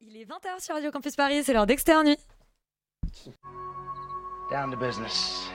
Il est 20h sur Radio Campus Paris, c'est l'heure d'Externe Nuit. Down to business.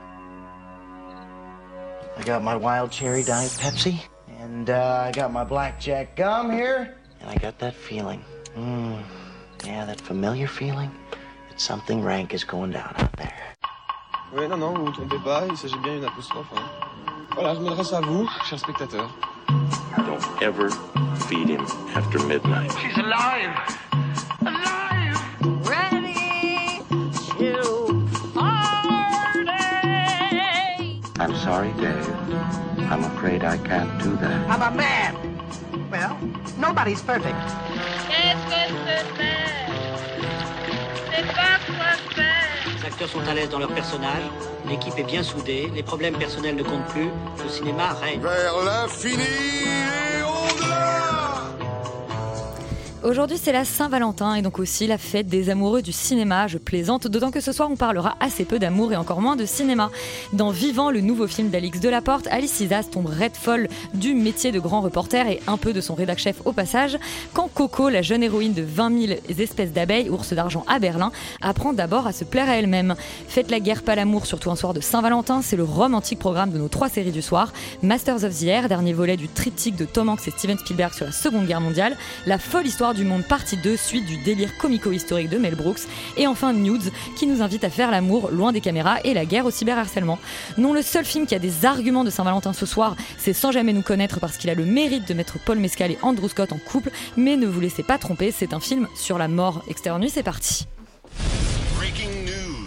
I got my wild cherry Diet Pepsi, and I got my blackjack gum here, and I got that feeling. Yeah, that familiar feeling that something rank is going down out there. Oui, non, vous vous trompez pas, il s'agit bien d'une apostrophe. Hein. Voilà, je m'adresse à vous, chers spectateurs. Don't ever feed him after midnight. She's alive! Alive! Ready to party! I'm sorry, Dave. I'm afraid I can't do that. I'm a man! Well, nobody's perfect. Qu'est-ce que c'est? C'est pas quoi faire! Les acteurs sont à l'aise dans leur personnage, l'équipe est bien soudée, les problèmes personnels ne comptent plus, le cinéma règne. Vers l'infini et au-delà! Aujourd'hui, c'est la Saint-Valentin et donc aussi la fête des amoureux du cinéma. Je plaisante, d'autant que ce soir, on parlera assez peu d'amour et encore moins de cinéma. Dans Vivant, le nouveau film d'Alix Delaporte, Alice Isas tombe raide folle du métier de grand reporter et un peu de son rédac-chef au passage, quand Coco, la jeune héroïne de 20 000 espèces d'abeilles, ours d'argent à Berlin, apprend d'abord à se plaire à elle-même. Faites la guerre, pas l'amour, surtout un soir de Saint-Valentin, c'est le romantique programme de nos 3 séries du soir. Masters of the Air, dernier volet du triptyque de Tom Hanks et Steven Spielberg sur la Seconde Guerre mondiale. La folle histoire du monde, partie 2, suite du délire comico-historique de Mel Brooks. Et enfin Nudes, qui nous invite à faire l'amour loin des caméras et la guerre au cyberharcèlement. Non, le seul film qui a des arguments de Saint-Valentin ce soir, c'est Sans jamais nous connaître, parce qu'il a le mérite de mettre Paul Mescal et Andrew Scott en couple. Mais ne vous laissez pas tromper, c'est un film sur la mort. Externe Nuit, c'est parti. Breaking news.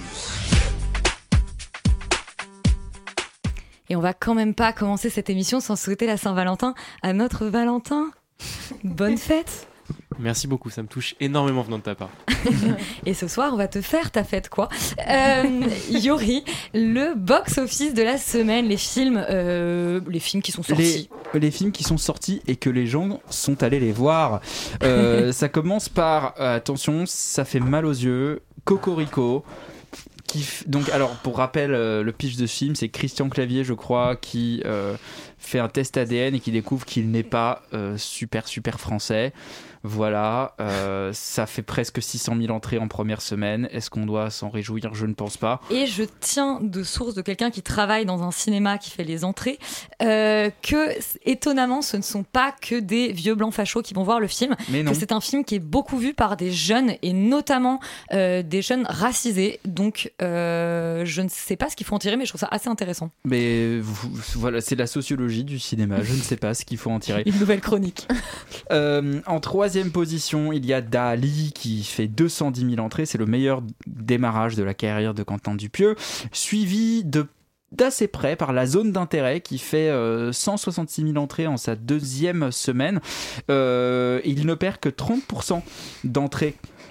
Et on va quand même pas commencer cette émission sans souhaiter la Saint-Valentin à notre Valentin. Bonne fête. Merci beaucoup, ça me touche énormément venant de ta part. Et ce soir, on va te faire ta fête, quoi. Yori, le box-office de la semaine, les films qui sont sortis. Les films qui sont sortis et que les gens sont allés les voir. Ça commence par, attention, ça fait mal aux yeux, Cocorico. Donc, alors, pour rappel, le pitch de ce film, c'est Christian Clavier, je crois, qui fait un test ADN et qui découvre qu'il n'est pas super français. Voilà, ça fait presque 600 000 entrées en première semaine. Est-ce qu'on doit s'en réjouir ? Je ne pense pas. Et je tiens de source de quelqu'un qui travaille dans un cinéma qui fait les entrées, que étonnamment ce ne sont pas que des vieux blancs fachos qui vont voir le film, Mais non. que c'est un film qui est beaucoup vu par des jeunes et notamment des jeunes racisés. Donc je ne sais pas ce qu'il faut en tirer, mais je trouve ça assez intéressant. Mais voilà, c'est la sociologie du cinéma. Je ne sais pas ce qu'il faut en tirer. Une nouvelle chronique. En troisième position, il y a Dali qui fait 210 000 entrées. C'est le meilleur démarrage de la carrière de Quentin Dupieux, suivi d'assez près par La Zone d'intérêt qui fait 166 000 entrées en sa deuxième semaine. Il ne perd que 30% d'entrées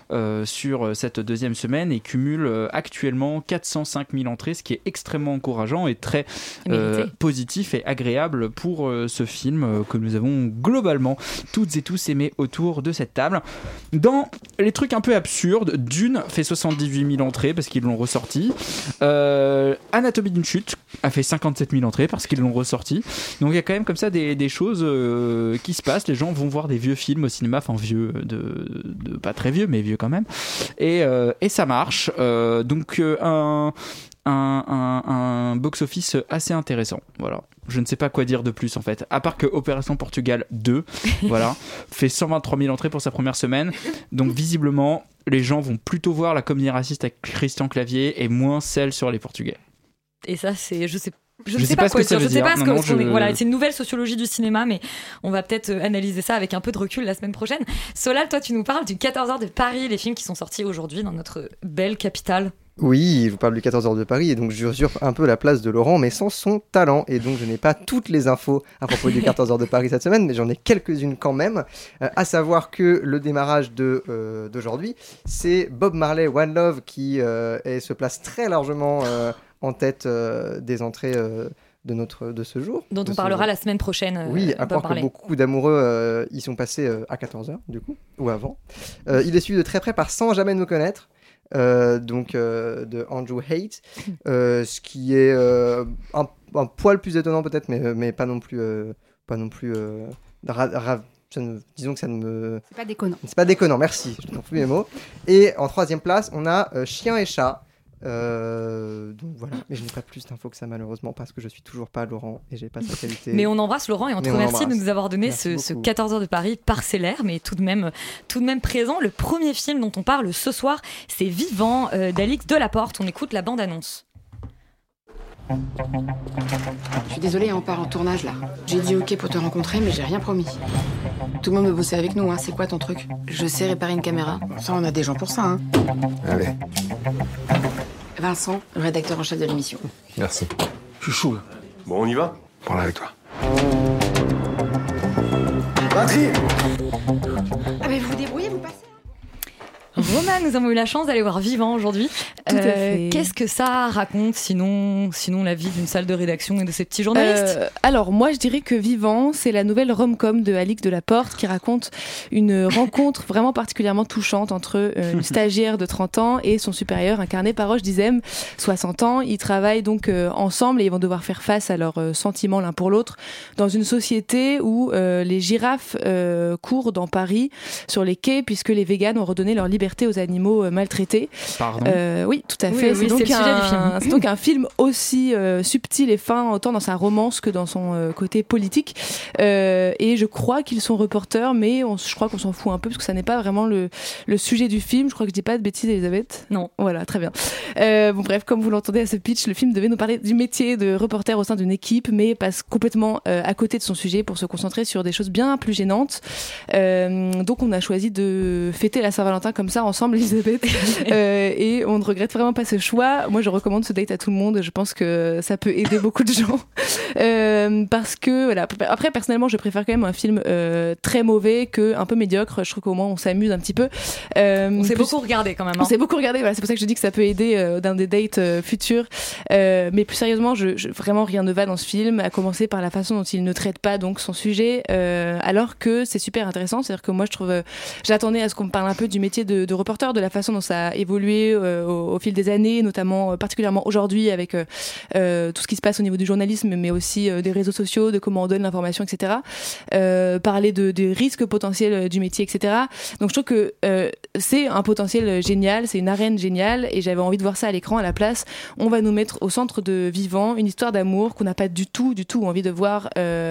sur cette deuxième semaine et cumule actuellement 405 000 entrées, ce qui est extrêmement encourageant et très positif et agréable pour ce film que nous avons globalement toutes et tous aimé autour de cette table. Dans les trucs un peu absurdes, Dune fait 78 000 entrées parce qu'ils l'ont ressorti. Anatomie d'une chute a fait 57 000 entrées parce qu'ils l'ont ressorti. Donc il y a quand même comme ça des choses qui se passent. Les gens vont voir des vieux films au cinéma, enfin vieux, de pas très vieux mais vieux quand même, et ça marche. Donc un box-office assez intéressant. Voilà. Je ne sais pas quoi dire de plus en fait, à part que Opération Portugal 2 voilà, fait 123 000 entrées pour sa première semaine. Donc visiblement, les gens vont plutôt voir la comédie raciste avec Christian Clavier et moins celle sur les Portugais. Et ça, c'est... Je Je sais pas ce que ça veut dire. Voilà, c'est une nouvelle sociologie du cinéma, mais on va peut-être analyser ça avec un peu de recul la semaine prochaine. Solal, toi, tu nous parles du 14h de Paris, les films qui sont sortis aujourd'hui dans notre belle capitale. Oui, je vous parle du 14h de Paris, et donc j'usurpe un peu la place de Laurent, mais sans son talent. Et donc je n'ai pas toutes les infos à propos du 14h de Paris cette semaine, mais j'en ai quelques-unes quand même. À savoir que le démarrage d'aujourd'hui, c'est Bob Marley, One Love, qui se place très largement en tête des entrées de ce jour. Dont on parlera la semaine prochaine. Oui, à croire que beaucoup d'amoureux y sont passés à 14h, du coup, ou avant. Il est suivi de très près par Sans jamais nous connaître, de Andrew Haight, ce qui est un poil plus étonnant peut-être, mais pas non plus disons que ça ne me... C'est pas déconnant. C'est pas déconnant, merci, je n'en plus mes mots. Et en troisième place, on a Chien et Chat. Donc voilà, mais je n'ai pas plus d'infos que ça malheureusement parce que je suis toujours pas Laurent et j'ai pas sa qualité. Mais on embrasse Laurent et on te remercie de nous avoir donné ce 14 heures de Paris parcellaire, mais tout de même présent. Le premier film dont on parle ce soir, c'est Vivant d'Alix Delaporte. On écoute la bande-annonce. Je suis désolée, on part en tournage là. J'ai dit ok pour te rencontrer, mais j'ai rien promis. Tout le monde veut bosser avec nous, hein. C'est quoi ton truc? Je sais réparer une caméra. Ça, on a des gens pour ça, hein. Allez. Vincent, le rédacteur en chef de l'émission. Merci. Je suis chaud là. Bon, on y va? Prends-la avec toi. Batterie! Ah mais vous vous débrouillez, vous passez. Romain, nous avons eu la chance d'aller voir Vivant aujourd'hui. Tout à fait. Qu'est-ce que ça raconte sinon la vie d'une salle de rédaction et de ces petits journalistes? Alors moi je dirais que Vivant, c'est la nouvelle rom-com de Alix Delaporte qui raconte une rencontre vraiment particulièrement touchante entre une stagiaire de 30 ans et son supérieur incarné par Roche Dizem, 60 ans. Ils travaillent donc ensemble et ils vont devoir faire face à leurs sentiments l'un pour l'autre dans une société où les girafes courent dans Paris sur les quais puisque les véganes ont redonné leur liberté aux animaux maltraités. Pardon. Oui, tout à fait. Oui, c'est le sujet du film. C'est donc un film aussi subtil et fin, autant dans sa romance que dans son côté politique. Et je crois qu'ils sont reporters, mais je crois qu'on s'en fout un peu parce que ça n'est pas vraiment le sujet du film. Je crois que je dis pas de bêtises, Elisabeth. Non. Voilà, très bien. Bon, bref, comme vous l'entendez à ce pitch, le film devait nous parler du métier de reporter au sein d'une équipe, mais passe complètement à côté de son sujet pour se concentrer sur des choses bien plus gênantes. Donc, on a choisi de fêter la Saint-Valentin comme ça ensemble, Elisabeth. Et on ne regrette vraiment pas ce choix. Moi, je recommande ce date à tout le monde. Je pense que ça peut aider beaucoup de gens. Parce que, voilà. Après, personnellement, je préfère quand même un film très mauvais qu'un peu médiocre. Je trouve qu'au moins, on s'amuse un petit peu. On s'est beaucoup regardé quand même. On s'est beaucoup regardé. Voilà, c'est pour ça que je dis que ça peut aider dans des dates futures. Mais plus sérieusement, vraiment, rien ne va dans ce film, à commencer par la façon dont il ne traite pas donc son sujet, alors que c'est super intéressant. C'est-à-dire que moi, je trouve, j'attendais à ce qu'on me parle un peu du métier de reporter, de la façon dont ça a évolué au fil des années, notamment particulièrement aujourd'hui avec tout ce qui se passe au niveau du journalisme, mais aussi des réseaux sociaux, de comment on donne l'information, etc. Parler des risques potentiels du métier, etc. Donc je trouve que c'est un potentiel génial, c'est une arène géniale, et j'avais envie de voir ça à l'écran. À la place, on va nous mettre au centre de Vivant une histoire d'amour qu'on n'a pas du tout envie de voir.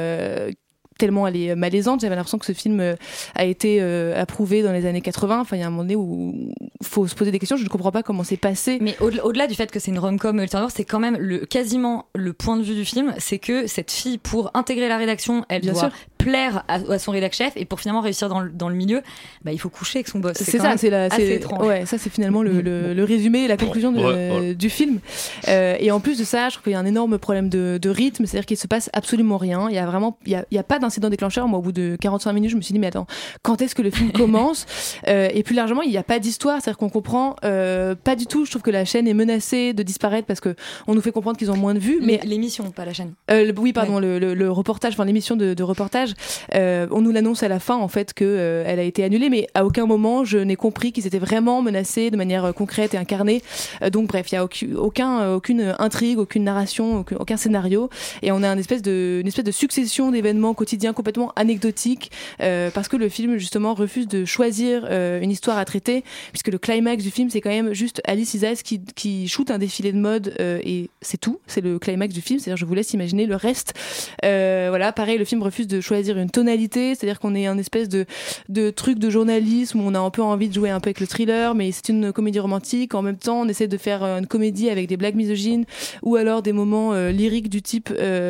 Tellement elle est malaisante. J'avais l'impression que ce film a été approuvé dans les années 80. Enfin, il y a un moment donné où il faut se poser des questions. Je ne comprends pas comment c'est passé. Mais au-delà du fait que c'est une rom-com ultérieure, c'est quand même quasiment le point de vue du film, c'est que cette fille, pour intégrer la rédaction, elle Bien doit sûr. plaire à son rédac chef, et pour finalement réussir dans le milieu, bah, il faut coucher avec son boss. C'est quand ça, même assez étrange. Ouais, ça c'est finalement le résumé et la conclusion du film. Et en plus de ça, je trouve qu'il y a un énorme problème de rythme, c'est-à-dire qu'il se passe absolument rien. Il y a pas d'incident déclencheur. Moi, au bout de 45 minutes, je me suis dit mais attends, quand est-ce que le film commence? Et plus largement, il n'y a pas d'histoire, c'est-à-dire qu'on comprend pas du tout. Je trouve que la chaîne est menacée de disparaître parce que on nous fait comprendre qu'ils ont moins de vues. Mais l'émission, pas la chaîne. Oui, pardon, ouais. le reportage, enfin l'émission de reportage. On nous l'annonce à la fin en fait que elle a été annulée, mais à aucun moment je n'ai compris qu'ils étaient vraiment menacés de manière concrète et incarnée. Donc bref, il y a aucune intrigue, aucune narration, aucun scénario, et on a une espèce de succession d'événements quotidiens complètement anecdotiques parce que le film justement refuse de choisir une histoire à traiter, puisque le climax du film c'est quand même juste Alice Isaac qui shoot un défilé de mode et c'est tout, c'est le climax du film. C'est-à-dire, je vous laisse imaginer le reste. Voilà, pareil, le film refuse de choisir une tonalité, c'est-à-dire qu'on est un espèce de truc de journalisme où on a un peu envie de jouer un peu avec le thriller, mais c'est une comédie romantique. En même temps, on essaie de faire une comédie avec des blagues misogynes ou alors des moments lyriques du type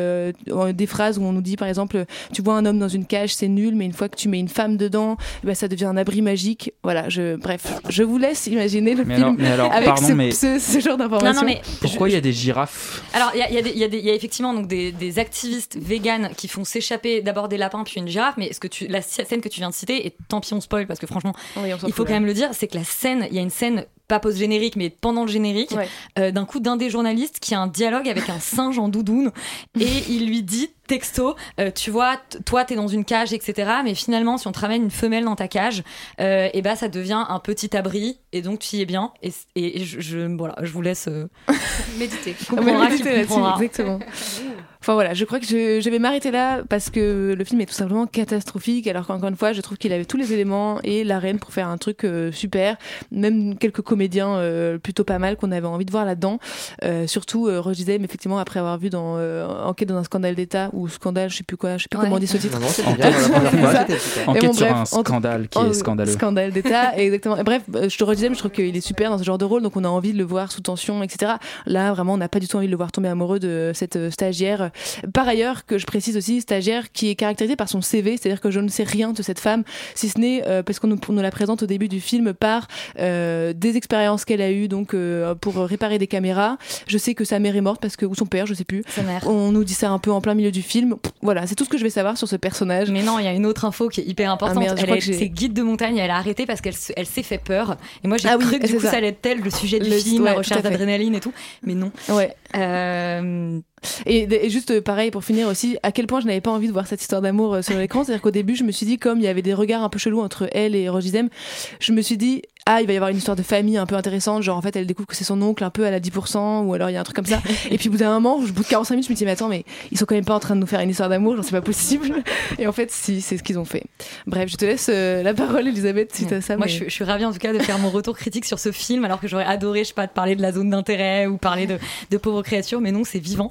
des phrases où on nous dit par exemple, tu vois un homme dans une cage, c'est nul, mais une fois que tu mets une femme dedans, bah, ça devient un abri magique. Voilà, bref, je vous laisse imaginer le film avec ce genre d'informations. Non, mais pourquoi il y a des girafes? Alors, il y a effectivement donc des activistes véganes qui font s'échapper d'abord des lapins puis une girafe, mais la scène que tu viens de citer, et tant pis on spoil parce que franchement, il faut quand même le dire, c'est que il y a une scène, pas post-générique, mais pendant le générique, d'un coup d'un des journalistes qui a un dialogue avec un singe en doudoune, et il lui dit texto, tu vois, toi t'es dans une cage, etc. Mais finalement, si on te ramène une femelle dans ta cage, et bah ça devient un petit abri, et donc tu y es bien. Et je vous laisse méditer. Comprendra qui comprendra. Exactement. Enfin voilà, je crois que je vais m'arrêter là parce que le film est tout simplement catastrophique, alors qu'encore une fois, je trouve qu'il avait tous les éléments et l'arène pour faire un truc super, même quelques comédiens plutôt pas mal qu'on avait envie de voir là-dedans. Surtout, Roche disait, effectivement, après avoir vu dans Enquête dans un scandale d'État ou Scandale, je sais plus comment on dit ce titre. Non, c'était bien, la première fois, c'était super. Enquête sur un scandale qui est scandaleux. Scandale d'État, exactement. Bref, je te redisais, mais je trouve qu'il est super dans ce genre de rôle, donc on a envie de le voir sous tension, etc. Là, vraiment, on n'a pas du tout envie de le voir tomber amoureux de cette stagiaire. Par ailleurs, que je précise aussi, stagiaire qui est caractérisée par son CV, c'est-à-dire que je ne sais rien de cette femme, si ce n'est parce qu'on nous la présente au début du film par des expériences qu'elle a eues donc pour réparer des caméras. Je sais que sa mère est morte parce que, ou son père, je sais plus. Sa mère. On nous dit ça un peu en plein milieu du film. Voilà, c'est tout ce que je vais savoir sur ce personnage. Mais non, il y a une autre info qui est hyper importante. Merde, C'est guide de montagne, elle a arrêté parce qu'elle s'est fait peur. Et moi j'ai cru que du coup ça allait être tel le sujet du film, la recherche d'adrénaline et tout. Mais non. Ouais. Et juste pareil pour finir aussi, à quel point je n'avais pas envie de voir cette histoire d'amour sur l'écran. C'est-à-dire qu'au début, je me suis dit, comme il y avait des regards un peu chelous entre elle et Roche Dizem, je me suis dit, il va y avoir une histoire de famille un peu intéressante, genre en fait elle découvre que c'est son oncle un peu à la 10%, ou alors il y a un truc comme ça. Et puis au bout d'un moment, au bout de 45 minutes, je me dis mais attends, mais ils sont quand même pas en train de nous faire une histoire d'amour, genre c'est pas possible. Et en fait si, c'est ce qu'ils ont fait. Bref, je te laisse la parole, Elisabeth, suite à ça. Moi je suis ravie en tout cas de faire mon retour critique sur ce film, alors que j'aurais adoré, je sais pas, de parler de la zone d'intérêt ou parler de pauvres créatures, mais non, c'est vivant.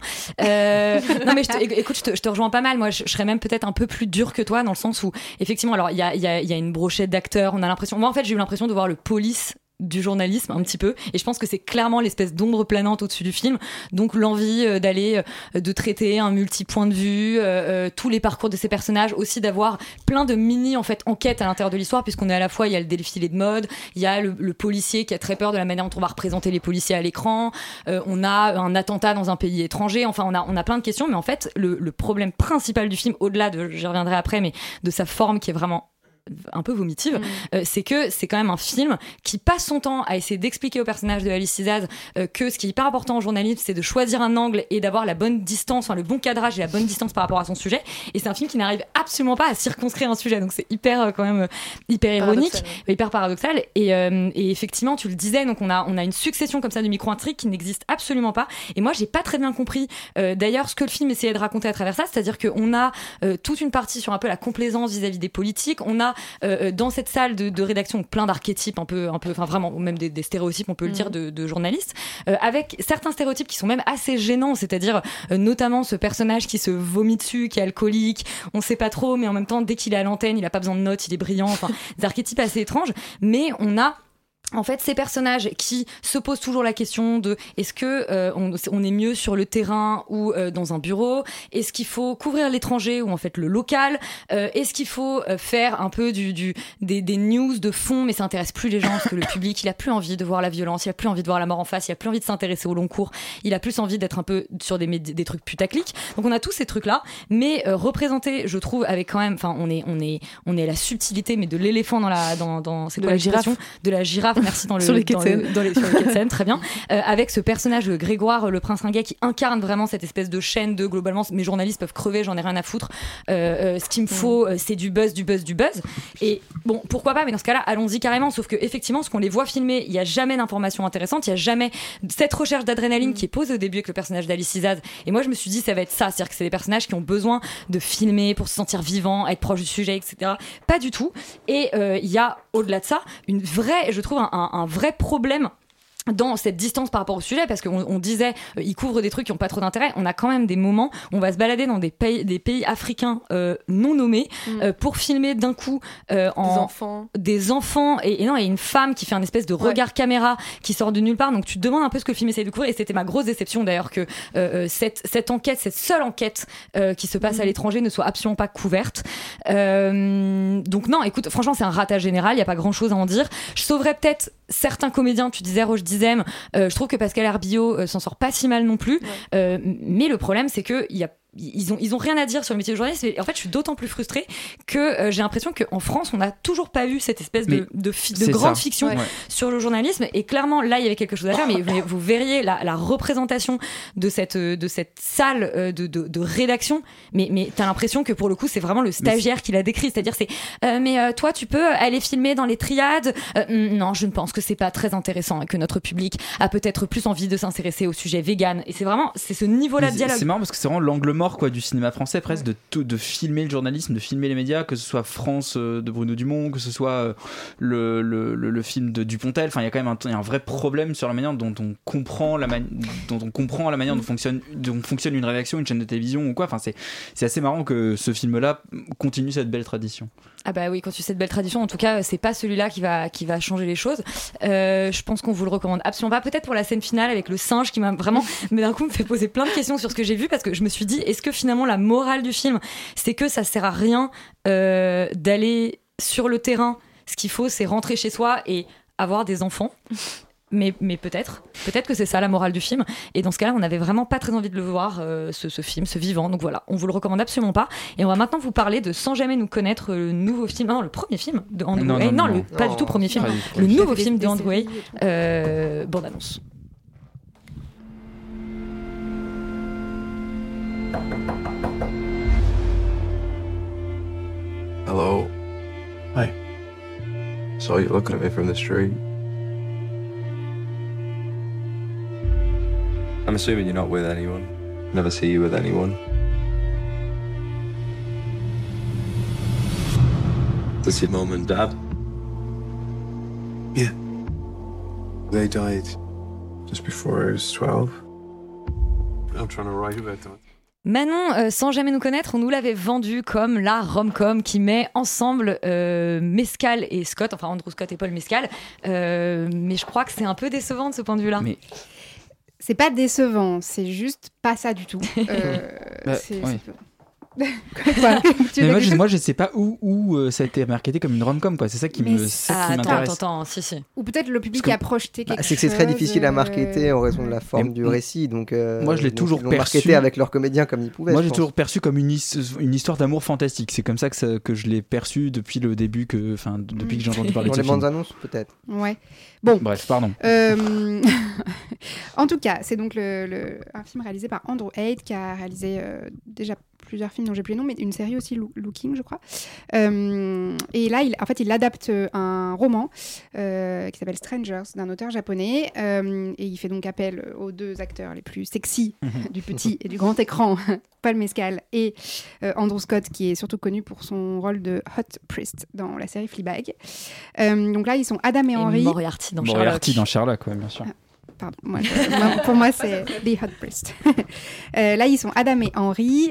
Non mais écoute, je te rejoins pas mal. Moi je serais même peut-être un peu plus dur que toi, dans le sens où effectivement, alors il y a une brochette d'acteurs, on a l'impression, moi en fait j'ai eu l'impression de voir le Police du journalisme un petit peu, et je pense que c'est clairement l'espèce d'ombre planante au-dessus du film, donc l'envie d'aller de traiter un multi-point de vue, tous les parcours de ces personnages, aussi d'avoir plein de mini en fait enquêtes à l'intérieur de l'histoire, puisqu'on est à la fois, il y a le défilé de mode, il y a le policier qui a très peur de la manière dont on va représenter les policiers à l'écran, on a un attentat dans un pays étranger, enfin on a plein de questions, mais en fait le problème principal du film, au-delà de, j'y reviendrai après, mais de sa forme qui est vraiment un peu vomitive, c'est que c'est quand même un film qui passe son temps à essayer d'expliquer au personnage de Alice Isaz que ce qui est hyper important en journalisme, c'est de choisir un angle et d'avoir la bonne distance, enfin le bon cadrage et la bonne distance par rapport à son sujet, et c'est un film qui n'arrive absolument pas à circonscrire un sujet, donc c'est hyper quand même hyper ironique, hyper paradoxal, et effectivement tu le disais, donc on a une succession comme ça de micro-intrigues qui n'existent absolument pas, et moi j'ai pas très bien compris d'ailleurs ce que le film essayait de raconter à travers ça, c'est-à-dire qu'on a toute une partie sur un peu la complaisance vis-à-vis des politiques, on a dans cette salle de rédaction plein d'archétypes un peu, enfin vraiment même des stéréotypes, on peut le dire, de journalistes, avec certains stéréotypes qui sont même assez gênants, c'est-à-dire notamment ce personnage qui se vomit dessus, qui est alcoolique, on sait pas trop, mais en même temps dès qu'il est à l'antenne il a pas besoin de notes, il est brillant, enfin des archétypes assez étranges, mais on a en fait ces personnages qui se posent toujours la question de est-ce que on est mieux sur le terrain ou dans un bureau, est-ce qu'il faut couvrir l'étranger ou en fait le local, est-ce qu'il faut faire un peu des news de fond, mais ça intéresse plus les gens parce que le public il a plus envie de voir la violence, il a plus envie de voir la mort en face, il a plus envie de s'intéresser au long cours, il a plus envie d'être un peu sur des trucs putaclic, donc on a tous ces trucs là, mais représentés je trouve avec quand même, enfin on est à la subtilité mais de l'éléphant dans c'est quoi la girafe, de la girafe. Merci, sur les quais de Seine, très bien. Avec ce personnage Grégoire, le prince ringais, qui incarne vraiment cette espèce de chaîne de globalement mes journalistes peuvent crever, j'en ai rien à foutre. Ce qu'il me faut, c'est du buzz. Et bon, pourquoi pas, mais dans ce cas-là, allons-y carrément. Sauf que effectivement, ce qu'on les voit filmer, il y a jamais d'informations intéressantes, il y a jamais cette recherche d'adrénaline qui est posée au début avec le personnage d'Alice Isaz. Et moi, je me suis dit, ça va être ça, c'est-à-dire que c'est des personnages qui ont besoin de filmer pour se sentir vivants, être proche du sujet, etc. Pas du tout. Et il y a au-delà de ça je trouve un vrai problème dans cette distance par rapport au sujet, parce qu'on disait ils couvrent des trucs qui n'ont pas trop d'intérêt, on a quand même des moments où on va se balader dans des pays africains non nommés pour filmer d'un coup des enfants et non, il y a une femme qui fait un espèce de regard caméra qui sort de nulle part, donc tu te demandes un peu ce que le film essaie de couvrir, et c'était ma grosse déception d'ailleurs que cette enquête, cette seule enquête qui se passe à l'étranger ne soit absolument pas couverte. Donc non, écoute, franchement c'est un ratage général, il n'y a pas grand chose à en dire. Je sauverais peut-être certains comédiens, tu disais Roche Dizem, je trouve que Pascal Herbillot s'en sort pas si mal non plus, mais le problème c'est que ils ont rien à dire sur le métier de journaliste, et en fait je suis d'autant plus frustrée que j'ai l'impression qu'en France on n'a toujours pas eu cette espèce de grande fiction sur le journalisme, et clairement là il y avait quelque chose à faire, mais vous verriez la représentation de cette salle de rédaction, mais t'as l'impression que pour le coup c'est vraiment le stagiaire qui l'a décrit, c'est-à-dire mais toi tu peux aller filmer dans les triades, non je ne pense que c'est pas très intéressant et que notre public a peut-être plus envie de s'intéresser au sujet vegan, et c'est ce niveau-là de dialogue. C'est marrant parce que c'est vraiment l'angle mort mort quoi du cinéma français presque, de filmer le journalisme, de filmer les médias, que ce soit France de Bruno Dumont, que ce soit le film de Dupontel. Enfin, il y a quand même un vrai problème sur la manière dont on comprend la manière dont fonctionne une rédaction, une chaîne de télévision ou quoi. Enfin, c'est assez marrant que ce film-là continue cette belle tradition. Ah bah oui, continue cette belle tradition. En tout cas, c'est pas celui-là qui va changer les choses. Je pense qu'on vous le recommande absolument pas. Peut-être pour la scène finale avec le singe qui m'a vraiment, mais d'un coup, me fait poser plein de questions sur ce que j'ai vu, parce que je me suis dit, est-ce que finalement la morale du film, c'est que ça sert à rien d'aller sur le terrain. Ce qu'il faut, c'est rentrer chez soi et avoir des enfants. Mais peut-être que c'est ça la morale du film. Et dans ce cas-là, on n'avait vraiment pas très envie de le voir, ce film, ce Vivant. Donc voilà, on vous le recommande absolument pas. Et on va maintenant vous parler de Sans jamais nous connaître, le nouveau film, non, le premier film de Andrew Hay. Non, pas du tout premier film. Le nouveau film de Andrew Hay. Bande annonce. Hello. Hi. Saw you looking at me from the street. I'm assuming you're not with anyone. Never see you with anyone. This your mum and dad? Yeah. They died just before I was 12. I'm trying to write about that. Manon, Sans jamais nous connaître, on nous l'avait vendu comme la rom-com qui met ensemble Mescal et Scott, enfin Andrew Scott et Paul Mescal, mais je crois que c'est un peu décevant de ce point de vue-là. Mais... C'est pas décevant, c'est juste pas ça du tout. Moi je sais pas où ça a été marketé comme une rom-com quoi. C'est ça qui m'intéresse. Attends, si. Ou peut-être le public a projeté quelque chose. C'est que c'est très difficile à marketer en raison de la forme du récit. Donc moi je l'ai toujours perçu marketé avec leurs comédiens comme ils pouvaient. Moi j'ai toujours perçu comme une histoire d'amour fantastique. C'est comme ça que je l'ai perçu depuis le début depuis que j'ai entendu parler de ce film. Dans les bandes annonces peut-être. Ouais. Bon. Bref, pardon. En tout cas, c'est donc un film réalisé par Andrew Hay qui a réalisé déjà plusieurs films dont j'ai plus les noms, mais une série aussi, Looking, je crois. Et là, il adapte un roman qui s'appelle Strangers, d'un auteur japonais. Et il fait donc appel aux deux acteurs les plus sexy du petit et du grand écran, Paul Mescal et Andrew Scott, qui est surtout connu pour son rôle de Hot Priest dans la série Fleabag. Donc là, ils sont Adam et Henry. Moriarty dans Sherlock, ouais, bien sûr. Pardon, pour moi c'est The Hot Priest. Là ils sont Adam et Henry,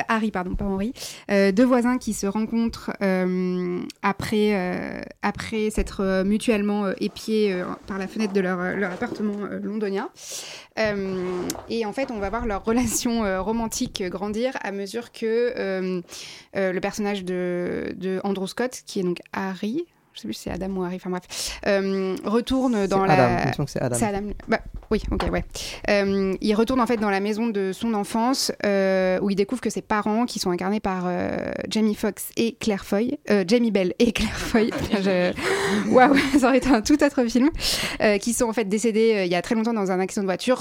deux voisins qui se rencontrent après s'être mutuellement épiés par la fenêtre de leur appartement londonien. Et en fait on va voir leur relation romantique grandir à mesure que le personnage de Andrew Scott, qui est donc Harry, je sais plus si c'est Adam ou Harry, enfin bref, retourne dans la... C'est Adam. C'est Adam. Bah, oui, ok, ouais. Il retourne en fait dans la maison de son enfance où il découvre que ses parents, qui sont incarnés par Jamie Foxx et Claire Foy, Jamie Bell et Claire Foy, waouh, ça aurait été un tout autre film, qui sont en fait décédés il y a très longtemps dans un accident de voiture,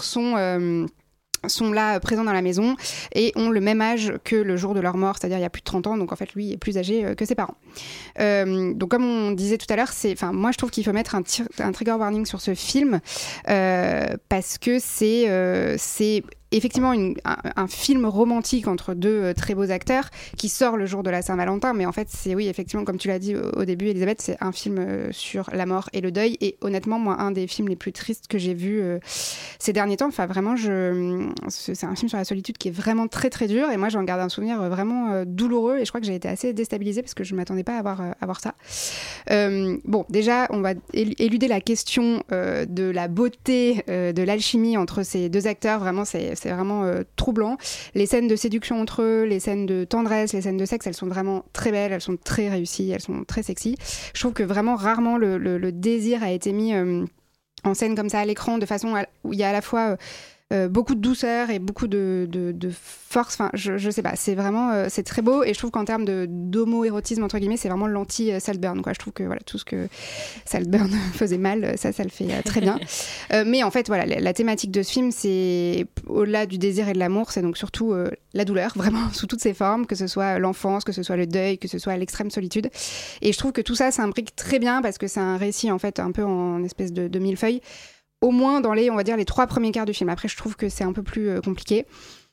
sont là présents dans la maison et ont le même âge que le jour de leur mort, c'est-à-dire il y a plus de 30 ans, donc en fait lui est plus âgé que ses parents. Donc comme on disait tout à l'heure, moi je trouve qu'il faut mettre un trigger warning sur ce film parce que c'est effectivement un film romantique entre deux très beaux acteurs qui sort le jour de la Saint-Valentin, mais en fait c'est, oui, effectivement, comme tu l'as dit au début, Elisabeth, c'est un film sur la mort et le deuil, et honnêtement moi un des films les plus tristes que j'ai vu ces derniers temps. Enfin vraiment, c'est un film sur la solitude qui est vraiment très très dur, et moi j'en garde un souvenir vraiment douloureux, et je crois que j'ai été assez déstabilisée parce que je m'attendais pas à voir ça. Bon, déjà on va éluder la question de la beauté, de l'alchimie entre ces deux acteurs. Vraiment c'est vraiment troublant. Les scènes de séduction entre eux, les scènes de tendresse, les scènes de sexe, elles sont vraiment très belles, elles sont très réussies, elles sont très sexy. Je trouve que vraiment rarement le désir a été mis en scène comme ça à l'écran, de façon où il y a à la fois beaucoup de douceur et beaucoup de force. Enfin, je sais pas, c'est vraiment c'est très beau, et je trouve qu'en termes d'homo-érotisme entre guillemets, c'est vraiment l'anti-Saltburn, quoi. Je trouve que voilà, tout ce que Saltburn faisait mal, ça le fait très bien. Mais en fait voilà, la thématique de ce film, c'est au-delà du désir et de l'amour, c'est donc surtout la douleur, vraiment sous toutes ses formes, que ce soit l'enfance, que ce soit le deuil, que ce soit l'extrême solitude. Et je trouve que tout ça s'imbrique très bien parce que c'est un récit en fait un peu en espèce de millefeuille, au moins dans on va dire les 3 premiers quarts du film. Après, je trouve que c'est un peu plus compliqué.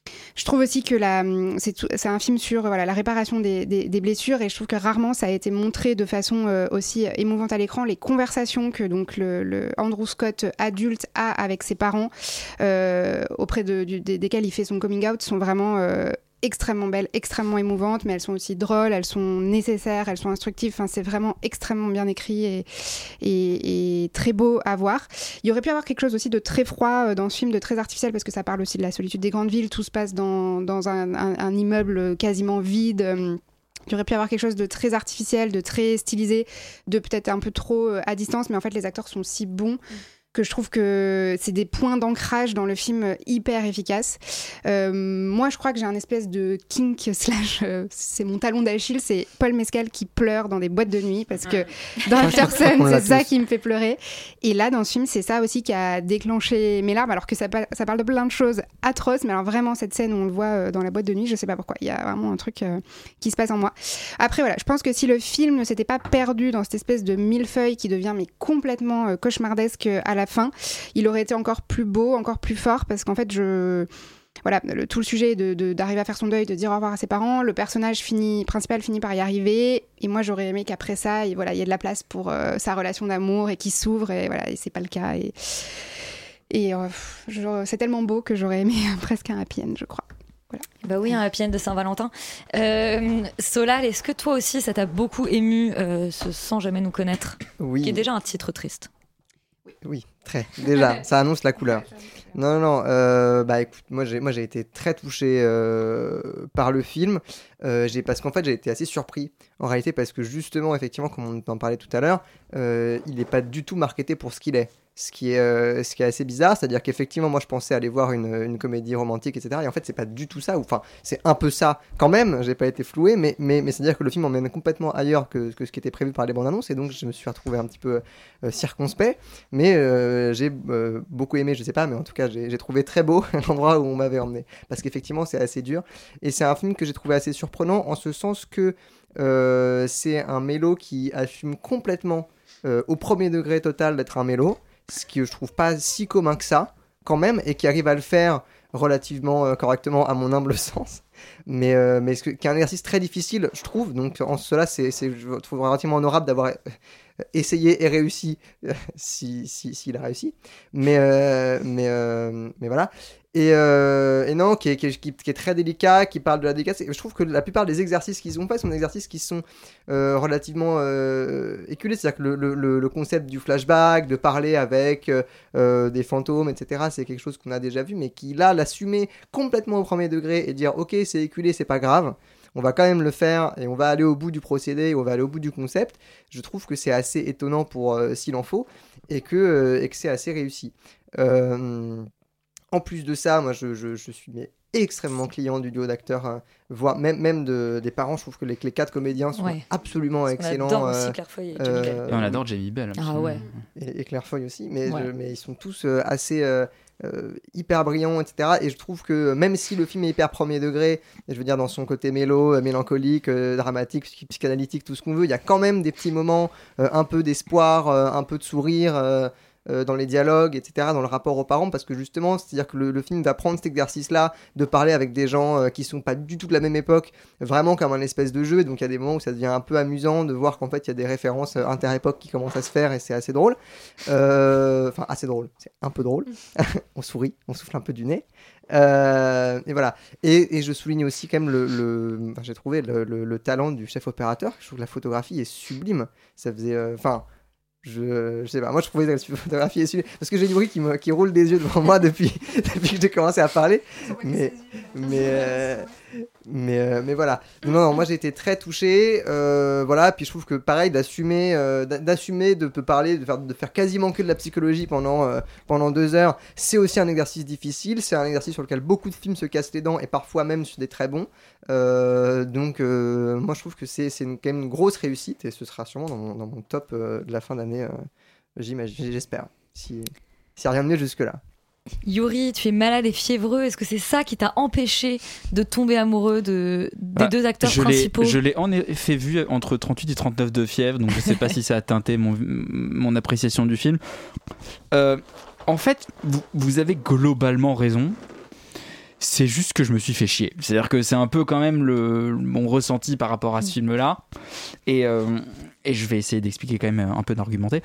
Je trouve aussi que c'est un film sur la réparation des blessures, et je trouve que rarement ça a été montré de façon aussi émouvante à l'écran. Les conversations que donc le Andrew Scott adulte a avec ses parents, auprès desquels il fait son coming out, sont vraiment extrêmement belles, extrêmement émouvantes, mais elles sont aussi drôles, elles sont nécessaires, elles sont instructives. Enfin, c'est vraiment extrêmement bien écrit et très beau à voir. Il y aurait pu y avoir quelque chose aussi de très froid dans ce film, de très artificiel, parce que ça parle aussi de la solitude des grandes villes. Tout se passe dans un immeuble quasiment vide. Il y aurait pu y avoir quelque chose de très artificiel, de très stylisé, de peut-être un peu trop à distance, mais en fait les acteurs sont si bons que je trouve que c'est des points d'ancrage dans le film hyper efficaces. Moi, je crois que j'ai un espèce de kink / c'est mon talon d'Achille, c'est Paul Mescal qui pleure dans des boîtes de nuit, parce que dans Aftersun, c'est ça qui me fait pleurer. Et là, dans ce film, c'est ça aussi qui a déclenché mes larmes, alors que ça parle de plein de choses atroces, mais alors vraiment, cette scène où on le voit dans la boîte de nuit, je sais pas pourquoi, il y a vraiment un truc qui se passe en moi. Après, voilà, je pense que si le film ne s'était pas perdu dans cette espèce de millefeuille qui devient mais complètement cauchemardesque à la fin, il aurait été encore plus beau, encore plus fort, parce qu'en fait, tout le sujet est d'arriver à faire son deuil, de dire au revoir à ses parents. Le personnage principal finit par y arriver, et moi j'aurais aimé qu'après ça, il y ait de la place pour sa relation d'amour et qu'il s'ouvre, et c'est pas le cas. C'est tellement beau que j'aurais aimé presque un happy end, je crois. Voilà. Bah oui, un happy end de Saint-Valentin. Solal, est-ce que toi aussi ça t'a beaucoup ému, ce Sans jamais nous connaître, qui est déjà un titre triste? Oui, très. Déjà, ça annonce la couleur. Non. Écoute, moi j'ai été très touché par le film, parce qu'en fait j'ai été assez surpris en réalité, parce que justement, effectivement, comme on en parlait tout à l'heure, il n'est pas du tout marketé pour ce qu'il est. Ce qui est assez bizarre, c'est-à-dire qu'effectivement, moi je pensais aller voir une comédie romantique, etc. Et en fait, c'est pas du tout ça. Enfin, c'est un peu ça quand même. J'ai pas été floué, mais c'est-à-dire que le film emmène complètement ailleurs que ce qui était prévu par les bandes annonces, et donc je me suis retrouvé un petit peu circonspect. Mais j'ai beaucoup aimé, je sais pas, mais en tout cas, j'ai trouvé très beau l'endroit où on m'avait emmené, parce qu'effectivement, c'est assez dur. Et c'est un film que j'ai trouvé assez surprenant en ce sens que c'est un mélo qui assume complètement au premier degré total d'être un mélo. Ce que je trouve pas si commun que ça, quand même, et qui arrive à le faire relativement correctement, à mon humble sens. Mais qui est un exercice très difficile, je trouve. Donc, en cela, je trouve relativement honorable d'avoir essayé et réussi, s'il a réussi. Mais voilà. Et non, qui est très délicat, qui parle de la délicatesse. Et je trouve que la plupart des exercices qu'ils ont fait sont des exercices qui sont relativement éculés. C'est-à-dire que le concept du flashback, de parler avec des fantômes, etc., c'est quelque chose qu'on a déjà vu, mais qui là l'assumait complètement au premier degré et dire ok, c'est éculé, c'est pas grave. On va quand même le faire et on va aller au bout du procédé, on va aller au bout du concept. Je trouve que c'est assez étonnant pour s'il en faut, et que c'est assez réussi. En plus de ça, moi je suis extrêmement client du duo d'acteurs, voire même des parents. Je trouve que les 4 comédiens sont absolument excellents. On adore aussi Claire Foy et Jamie Bell. On adore Jamie Bell. Ah ouais. Et Claire Foy aussi, mais ils sont tous assez hyper brillants, etc. Et je trouve que même si le film est hyper premier degré, je veux dire dans son côté mélancolique, dramatique, psychanalytique, tout ce qu'on veut, il y a quand même des petits moments, un peu d'espoir, un peu de sourire. Dans les dialogues, etc., dans le rapport aux parents, parce que justement, c'est-à-dire que le film va prendre cet exercice-là de parler avec des gens qui sont pas du tout de la même époque, vraiment comme un espèce de jeu, et donc il y a des moments où ça devient un peu amusant de voir qu'en fait il y a des références inter-époques qui commencent à se faire, et c'est assez drôle. Enfin, assez drôle, c'est un peu drôle. On sourit, on souffle un peu du nez. Et voilà. Et je souligne aussi quand même j'ai trouvé le talent du chef opérateur. Je trouve que la photographie est sublime. Ça faisait... Je sais pas, moi je trouvais la photographie est sublime, parce que j'ai du bruit qui roule des yeux devant moi depuis que j'ai commencé à parler, mais voilà. Non, moi j'ai été très touché, voilà. Puis je trouve que pareil, d'assumer de parler, de faire quasiment que de la psychologie pendant 2 heures, c'est aussi un exercice difficile. C'est un exercice sur lequel beaucoup de films se cassent les dents, et parfois même sur des très bons. Donc moi je trouve que c'est quand même une grosse réussite, et ce sera sûrement dans mon top de la fin d'année, j'espère, si rien de mieux jusque là. Yuri, tu es malade et fiévreux. Est-ce que c'est ça qui t'a empêché de tomber amoureux des 2 acteurs principaux? Je l'ai en effet vu entre 38 et 39 de fièvre, donc je sais pas si ça a teinté mon appréciation du film. En fait, vous avez globalement raison. C'est juste que je me suis fait chier. C'est-à-dire que c'est un peu quand même mon ressenti par rapport à ce film-là. Et je vais essayer d'expliquer quand même un peu d'argumenter.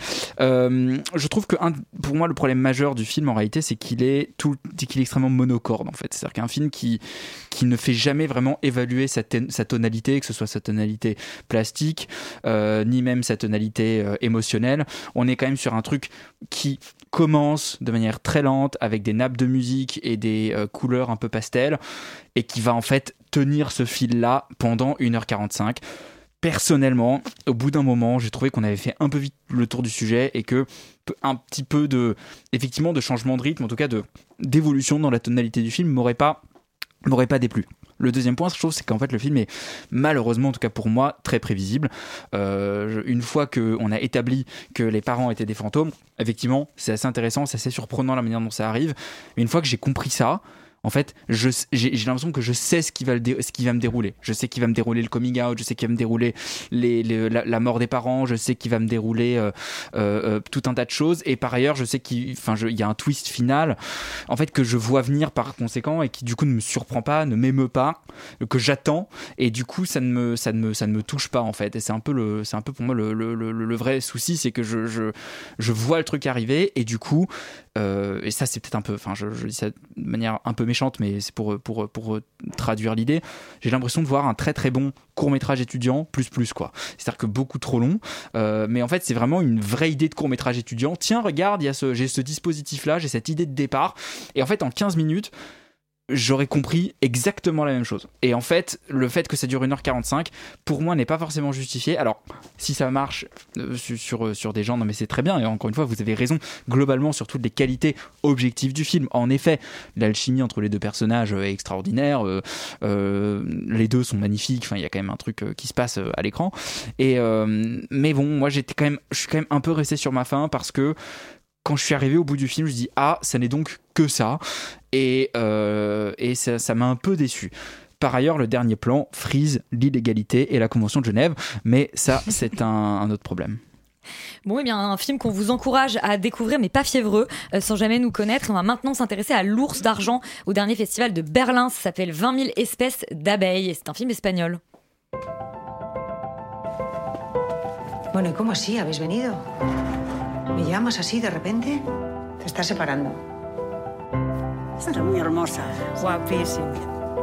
Je trouve que pour moi, le problème majeur du film, en réalité, c'est qu'il est extrêmement monocorde, en fait. C'est-à-dire qu'un film qui ne fait jamais vraiment évaluer sa tonalité, que ce soit sa tonalité plastique, ni même sa tonalité émotionnelle. On est quand même sur un truc qui commence de manière très lente avec des nappes de musique et des couleurs un peu pastel et qui va en fait tenir ce fil-là pendant 1h45. Personnellement, au bout d'un moment, j'ai trouvé qu'on avait fait un peu vite le tour du sujet et que un petit peu effectivement de changement de rythme, en tout cas d'évolution dans la tonalité du film m'aurait pas déplu. Le deuxième point, je trouve, c'est qu'en fait, le film est malheureusement, en tout cas pour moi, très prévisible. Une fois qu'on a établi que les parents étaient des fantômes, effectivement, c'est assez intéressant, c'est assez surprenant la manière dont ça arrive. Mais une fois que j'ai compris ça, en fait, j'ai l'impression que je sais ce qui va me dérouler. Je sais qu'il va me dérouler le coming out, je sais qu'il va me dérouler la mort des parents, je sais qu'il va me dérouler tout un tas de choses. Et par ailleurs, je sais qu'il y a un twist final, en fait, que je vois venir par conséquent et qui du coup ne me surprend pas, ne m'émeut pas, que j'attends. Et du coup, ça ne me touche pas en fait. Et c'est un peu pour moi le vrai souci, c'est que je vois le truc arriver et du coup. Et ça c'est peut-être un peu, je dis ça de manière un peu méchante, mais c'est pour traduire l'idée. J'ai l'impression de voir un très très bon court-métrage étudiant plus quoi. C'est-à-dire que beaucoup trop long, mais en fait c'est vraiment une vraie idée de court-métrage étudiant. Tiens, regarde, j'ai ce dispositif-là, j'ai cette idée de départ, et en fait en 15 minutes j'aurais compris exactement la même chose. Et en fait, le fait que ça dure 1h45, pour moi, n'est pas forcément justifié. Alors, si ça marche sur des gens, non mais c'est très bien. Et encore une fois, vous avez raison, globalement, sur toutes les qualités objectives du film. En effet, l'alchimie entre les deux personnages est extraordinaire. Les deux sont magnifiques. Enfin, il y a quand même un truc qui se passe à l'écran. Mais bon, moi, je suis quand même un peu resté sur ma faim parce que quand je suis arrivé au bout du film, je me dis ça n'est donc que ça, et ça m'a un peu déçu. Par ailleurs, le dernier plan frise l'illégalité et la Convention de Genève, mais ça, c'est un autre problème. Bon, eh bien, un film qu'on vous encourage à découvrir, mais pas fiévreux, sans jamais nous connaître. On va maintenant s'intéresser à L'Ours d'Argent, au dernier festival de Berlin. Ça s'appelle 20 000 espèces d'abeilles, et c'est un film espagnol. Bueno, ¿y cómo así habéis venido? ¿Me llamas así de repente? Te estás separando. Está muy hermosa. Guapísima.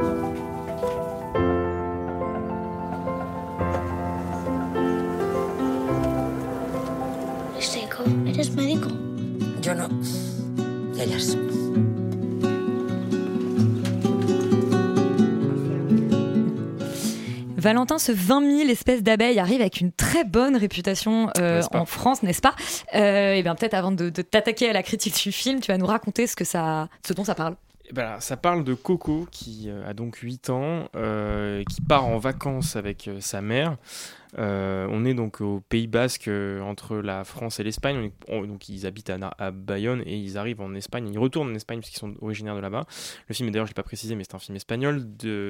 Seco, ¿eres médico? Yo no. Ellas. Valentin, ce 20 000 espèces d'abeilles arrive avec une très bonne réputation en France, n'est-ce pas ? Et bien peut-être avant de t'attaquer à la critique du film, tu vas nous raconter ce dont ça parle. Ça parle de Coco qui a donc 8 ans, qui part en vacances avec sa mère. On est donc au Pays Basque, entre la France et l'Espagne. Donc ils habitent à Bayonne et ils arrivent en Espagne. Ils retournent en Espagne parce qu'ils sont originaires de là-bas. Le film, d'ailleurs, je ne l'ai pas précisé, mais c'est un film espagnol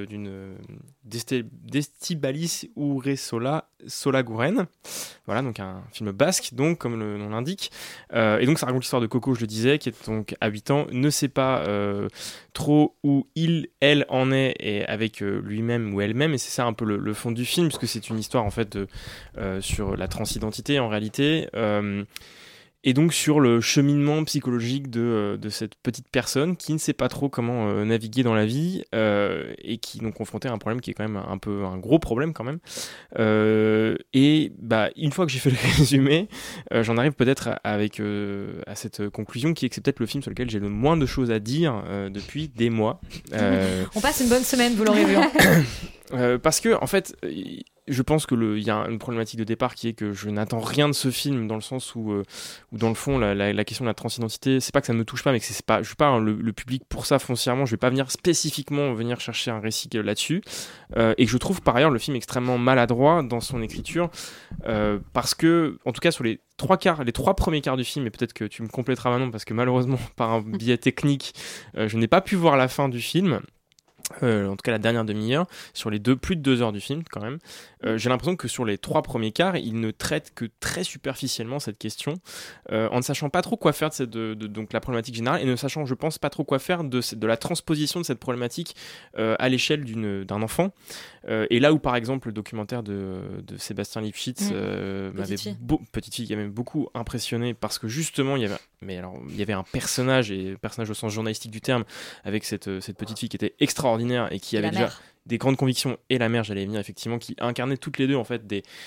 d'Estibaliz Urresola Solaguren. Voilà, donc un film basque, donc, comme le nom l'indique. Et donc ça raconte l'histoire de Coco, je le disais, qui est donc à 8 ans, ne sait pas trop où elle en est et avec lui-même ou elle-même. Et c'est ça un peu le fond du film, puisque c'est une histoire en fait sur la transidentité en réalité, et donc sur le cheminement psychologique de cette petite personne qui ne sait pas trop comment naviguer dans la vie, et qui est donc confrontée à un problème qui est quand même un gros problème quand même. Et une fois que j'ai fait le résumé, j'en arrive peut-être à cette conclusion qui est que c'est peut-être le film sur lequel j'ai le moins de choses à dire depuis des mois. On passe une bonne semaine, vous l'aurez vu. Parce que en fait, je pense que il y a une problématique de départ qui est que je n'attends rien de ce film, dans le sens où dans le fond la question de la transidentité, c'est pas que ça ne me touche pas, mais que je suis pas le public pour ça foncièrement. Je vais pas venir spécifiquement chercher un récit là-dessus, et que je trouve par ailleurs le film extrêmement maladroit dans son écriture, parce que en tout cas sur les trois premiers quarts du film, et peut-être que tu me compléteras maintenant parce que malheureusement par un biais technique je n'ai pas pu voir la fin du film. En tout cas la dernière demi-heure, sur les plus de 2 heures du film quand même, j'ai l'impression que sur les 3 premiers quarts, il ne traite que très superficiellement cette question, en ne sachant pas trop quoi faire donc la problématique générale, et ne sachant, je pense, pas trop quoi faire de la transposition de cette problématique à l'échelle d'un enfant. Et là où par exemple le documentaire de Sébastien Lipchitz m'avait petite fille qui m'a même beaucoup impressionné, parce que justement il y avait un personnage, et personnage au sens journalistique du terme, avec cette petite fille qui était extraordinaire et qui avait déjà des grandes convictions, et la mère, j'allais y venir effectivement, qui incarnaient toutes les deux en fait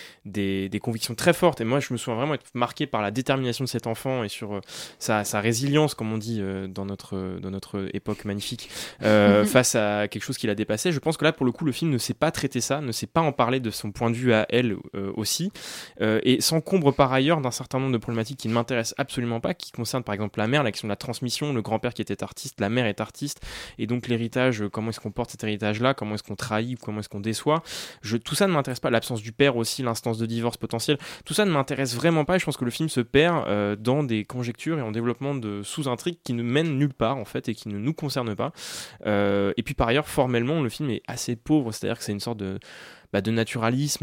des convictions très fortes. Et moi je me souviens vraiment être marqué par la détermination de cet enfant et sur sa résilience, comme on dit dans notre époque magnifique, face à quelque chose qui l'a dépassé. Je pense que là pour le coup le film ne sait pas traiter ça, ne sait pas en parler de son point de vue à elle aussi, et s'encombre par ailleurs d'un certain nombre de problématiques qui ne m'intéressent absolument pas, qui concernent par exemple la mère, la question de la transmission, le grand-père qui était artiste, la mère est artiste, et donc l'héritage, comment est-ce qu'on porte cet héritage là, comment est-ce qu'on trahit, comment est-ce qu'on déçoit. Tout ça ne m'intéresse pas, l'absence du père aussi, l'instance de divorce potentiel, tout ça ne m'intéresse vraiment pas, et je pense que le film se perd dans des conjectures et en développement de sous-intrigues qui ne mènent nulle part en fait, et qui ne nous concernent pas. Et puis par ailleurs formellement le film est assez pauvre, c'est-à-dire que c'est une sorte de naturalisme.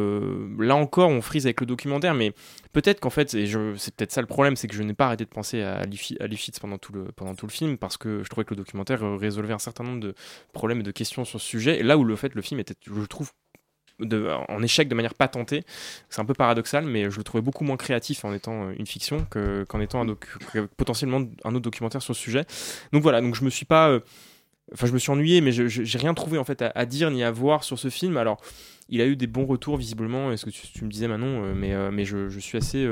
Là encore on frise avec le documentaire, mais peut-être qu'en fait, c'est peut-être ça le problème, c'est que je n'ai pas arrêté de penser à Lifshitz pendant tout le film, parce que je trouvais que le documentaire résolvait un certain nombre de problèmes et de questions sur ce sujet, et là où le film était, je trouve, en échec de manière pas tentée. C'est un peu paradoxal, mais je le trouvais beaucoup moins créatif en étant une fiction qu'en étant potentiellement un autre documentaire sur ce sujet. Donc voilà, donc je me suis ennuyé, mais j'ai rien trouvé en fait à dire ni à voir sur ce film. Alors, il a eu des bons retours visiblement, est-ce que tu me disais Manon, mais je suis assez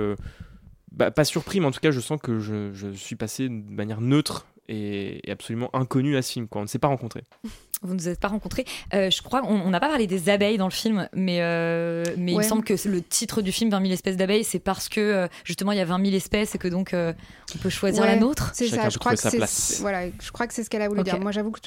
pas surpris, mais en tout cas je sens que je suis passé de manière neutre et absolument inconnu à ce film, quoi. On ne s'est pas rencontrés. Vous ne vous êtes pas rencontrés. Je crois qu'on n'a pas parlé des abeilles dans le film, mais il me semble que le titre du film 20 000 espèces d'abeilles, c'est parce que justement il y a 20 000 espèces et que donc on peut choisir la nôtre. C'est ça, je crois que c'est ce qu'elle a voulu dire. Moi j'avoue que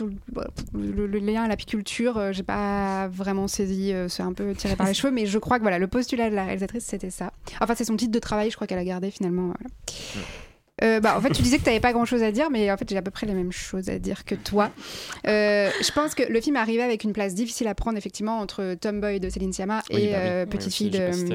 le lien à l'apiculture, j'ai pas vraiment saisi, c'est un peu tiré par les cheveux, mais je crois que le postulat de la réalisatrice c'était ça. Enfin c'est son titre de travail, je crois qu'elle a gardé finalement. Voilà. En fait, tu disais que tu n'avais pas grand-chose à dire, mais en fait, j'ai à peu près les mêmes choses à dire que toi. Je pense que le film arrivait avec une place difficile à prendre, effectivement, entre Tomboy de Céline Sciamma et Petite fille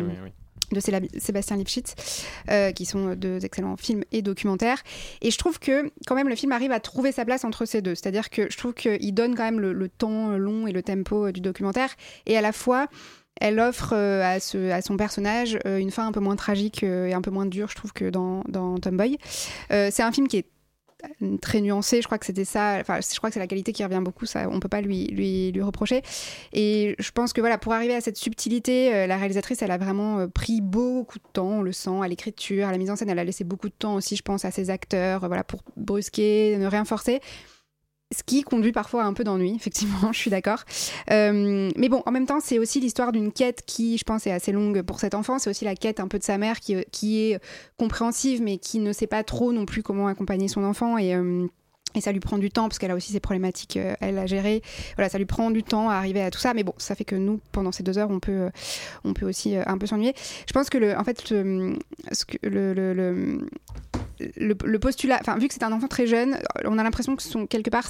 de Sébastien Lipchitz, qui sont deux excellents films et documentaires. Et je trouve que, quand même, le film arrive à trouver sa place entre ces deux. C'est-à-dire que je trouve qu'il donne quand même le temps long et le tempo du documentaire, et à la fois... Elle offre à son personnage une fin un peu moins tragique et un peu moins dure, je trouve, que dans Tomboy. C'est un film qui est très nuancé, je crois que c'était ça, enfin je crois que c'est la qualité qui revient beaucoup, ça on peut pas lui reprocher, et je pense que pour arriver à cette subtilité, la réalisatrice elle a vraiment pris beaucoup de temps, on le sent, à l'écriture, à la mise en scène, elle a laissé beaucoup de temps aussi, je pense, à ses acteurs, pour brusquer, ne rien forcer. Ce qui conduit parfois à un peu d'ennui, effectivement, je suis d'accord. Mais bon, en même temps, c'est aussi l'histoire d'une quête qui, je pense, est assez longue pour cet enfant. C'est aussi la quête un peu de sa mère qui est compréhensive, mais qui ne sait pas trop non plus comment accompagner son enfant. Et ça lui prend du temps, parce qu'elle a aussi ses problématiques, elle a géré. Voilà, ça lui prend du temps à arriver à tout ça. Mais bon, ça fait que nous, pendant ces 2 heures, on peut aussi un peu s'ennuyer. Je pense que le postulat, enfin vu que c'est un enfant très jeune, on a l'impression que quelque part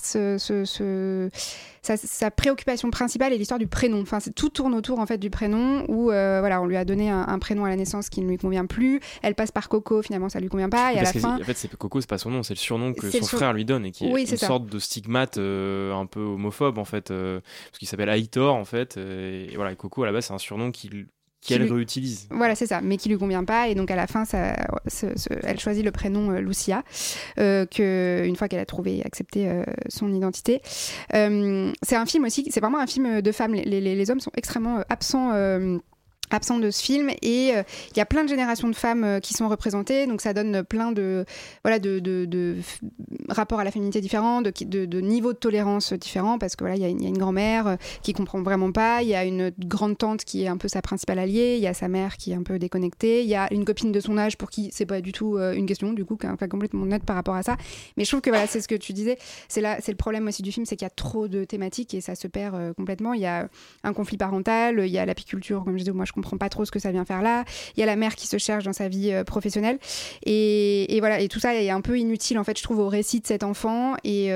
sa préoccupation principale est l'histoire du prénom. Enfin, tout tourne autour en fait du prénom, où on lui a donné un prénom à la naissance qui ne lui convient plus. Elle passe par Coco, finalement ça lui convient pas. Et à la fin, en fait, Coco, c'est pas son nom, c'est le surnom que son frère lui donne, et qui est une sorte de stigmate un peu homophobe en fait, parce qu'il s'appelle Aitor en fait. Et voilà, et Coco à la base c'est un surnom qu'elle réutilise. Voilà, c'est ça, mais qui lui convient pas, et donc à la fin, elle choisit le prénom Lucia, une fois qu'elle a trouvé et accepté son identité. C'est un film aussi, c'est vraiment un film de femmes. Les hommes sont extrêmement absents de ce film, et il y a plein de générations de femmes qui sont représentées, donc ça donne plein de rapports à la féminité différents, de niveaux de tolérance différents, parce que il y a une grand-mère qui comprend vraiment pas, il y a une grande tante qui est un peu sa principale alliée, il y a sa mère qui est un peu déconnectée, il y a une copine de son âge pour qui c'est pas du tout une question, du coup, qui est complètement neutre par rapport à ça. Mais je trouve que c'est ce que tu disais, c'est le problème aussi du film, c'est qu'il y a trop de thématiques et ça se perd complètement. Il y a un conflit parental, il y a l'apiculture, comme je disais, moi je comprends pas trop ce que ça vient faire là. Il y a la mère qui se cherche dans sa vie professionnelle. Et voilà, et tout ça est un peu inutile, en fait, je trouve, au récit de cet enfant. Et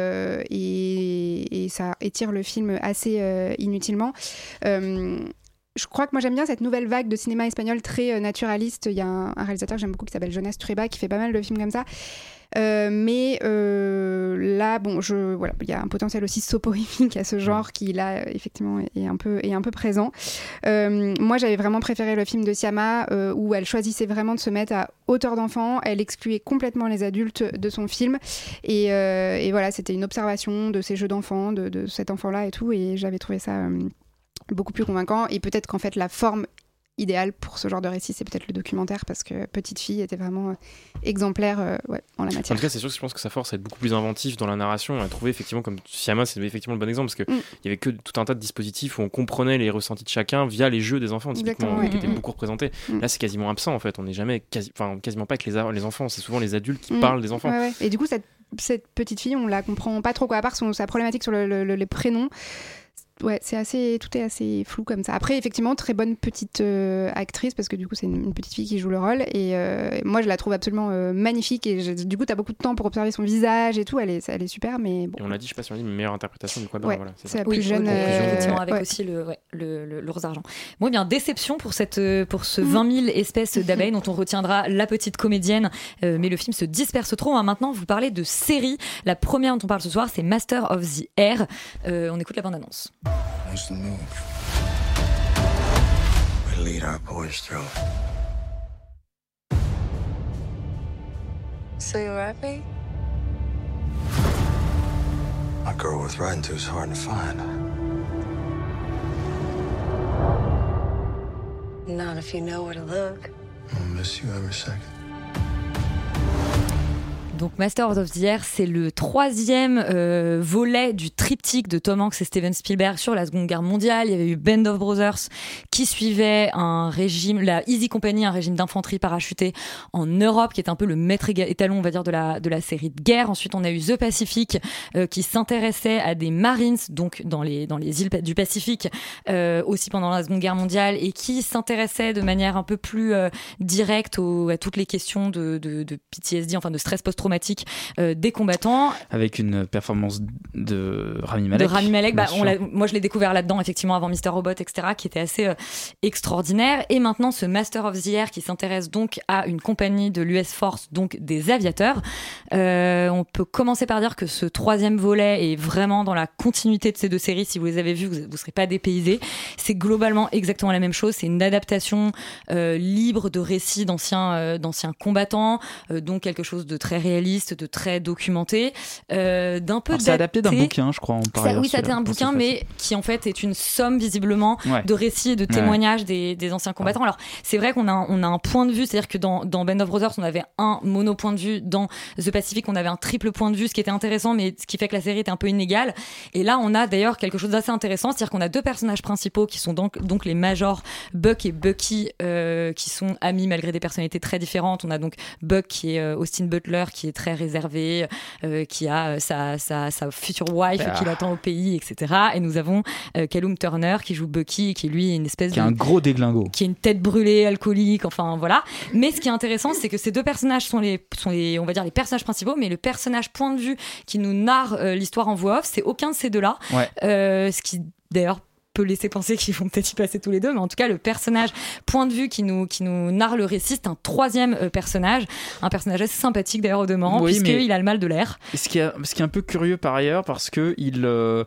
ça étire le film assez inutilement. Je crois que moi j'aime bien cette nouvelle vague de cinéma espagnol très naturaliste. Il y a un réalisateur que j'aime beaucoup qui s'appelle Jonas Trueba qui fait pas mal de films comme ça. Mais là, bon, il y a un potentiel aussi soporifique à ce genre qui là effectivement est un peu présent. Moi, j'avais vraiment préféré le film de Siama où elle choisissait vraiment de se mettre à hauteur d'enfant. Elle excluait complètement les adultes de son film et voilà, c'était une observation de ces jeux d'enfants, de cet enfant-là et tout. Et j'avais trouvé ça beaucoup plus convaincant. Et peut-être qu'en fait la forme idéal pour ce genre de récit, c'est peut-être le documentaire, parce que Petite Fille était vraiment exemplaire en la matière. En tout cas, c'est sûr que je pense que sa force à être beaucoup plus inventif dans la narration. On a trouvé effectivement, comme Siama, c'est effectivement le bon exemple, parce qu'il y avait que tout un tas de dispositifs où on comprenait les ressentis de chacun via les jeux des enfants, typiquement, qui étaient beaucoup représentés. Là, c'est quasiment absent, en fait. On n'est jamais, quasiment pas avec les enfants. C'est souvent les adultes qui parlent des enfants. Ouais. Et du coup, cette petite fille, on la comprend pas trop, quoi, à part sa problématique sur les prénoms. Ouais, tout est assez flou comme ça. Après, effectivement, très bonne petite actrice, parce que du coup, c'est une petite fille qui joue le rôle. Et moi, je la trouve absolument magnifique. Et du coup, t'as beaucoup de temps pour observer son visage et tout. Elle est super, mais bon. Et on l'a dit, je sais pas si on dit, meilleure interprétation du quoi. Ouais, voilà, c'est la plus jeune. Effectivement, avec aussi le rose d'argent. Moi, bien, déception pour ce 20 000 espèces d'abeilles dont on retiendra la petite comédienne. Mais le film se disperse trop. Maintenant, vous parlez de série. La première dont on parle ce soir, c'est Master of the Air. On écoute la bande-annonce. What's the move? We lead our boys through. So you're happy? A girl worth riding to is hard to find. Not if you know where to look. I'll miss you every second. Donc Masters of the Air, c'est le 3e volet du triptyque de Tom Hanks et Steven Spielberg sur la Seconde Guerre mondiale. Il y avait eu Band of Brothers qui suivait un régime, la Easy Company, un régime d'infanterie parachutée en Europe, qui est un peu le maître étalon, on va dire, de la série de guerre. Ensuite, on a eu The Pacific qui s'intéressait à des Marines, donc dans les îles du Pacifique, aussi pendant la Seconde Guerre mondiale, et qui s'intéressait de manière un peu plus directe à toutes les questions de PTSD, enfin de stress post-traumatique des combattants. Avec une performance de Rami Malek. Moi, je l'ai découvert là-dedans, effectivement, avant Mr. Robot, etc., qui était assez extraordinaire. Et maintenant, ce Master of the Air qui s'intéresse donc à une compagnie de l'US Force, donc des aviateurs. On peut commencer par dire que ce 3e volet est vraiment dans la continuité de ces deux séries. Si vous les avez vues, vous ne serez pas dépaysés. C'est globalement exactement la même chose. C'est une adaptation libre de récits d'anciens combattants, donc quelque chose de très réaliste, de très documenté, d'un peu. C'est adapté d'un bouquin, je crois. Oui, c'était un bouquin, mais qui en fait est une somme visiblement de récits et de témoignages des anciens combattants. Alors c'est vrai qu'on a un point de vue, c'est-à-dire que dans Band of Brothers, on avait un mono point de vue, dans The Pacific, on avait un triple point de vue, ce qui était intéressant, mais ce qui fait que la série était un peu inégale. Et là, on a d'ailleurs quelque chose d'assez intéressant, c'est-à-dire qu'on a deux personnages principaux qui sont donc les majors Buck et Bucky, qui sont amis malgré des personnalités très différentes. On a donc Buck qui est Austin Butler, qui est très réservé, qui a sa future wife qui l'attend au pays, etc. Et nous avons Callum Turner qui joue Bucky, qui lui est une espèce un gros déglingo, qui est une tête brûlée, alcoolique, enfin voilà. Mais ce qui est intéressant, c'est que ces deux personnages sont les on va dire les personnages principaux, mais le personnage point de vue qui nous narre l'histoire en voix off, c'est aucun de ces deux-là. Ce qui d'ailleurs peut laisser penser qu'ils vont peut-être y passer tous les deux, mais en tout cas le personnage point de vue qui nous narre le récit, c'est un 3e personnage, un personnage assez sympathique d'ailleurs au demeurant, puisqu'il a le mal de l'air. Ce qui est un peu curieux par ailleurs, parce que il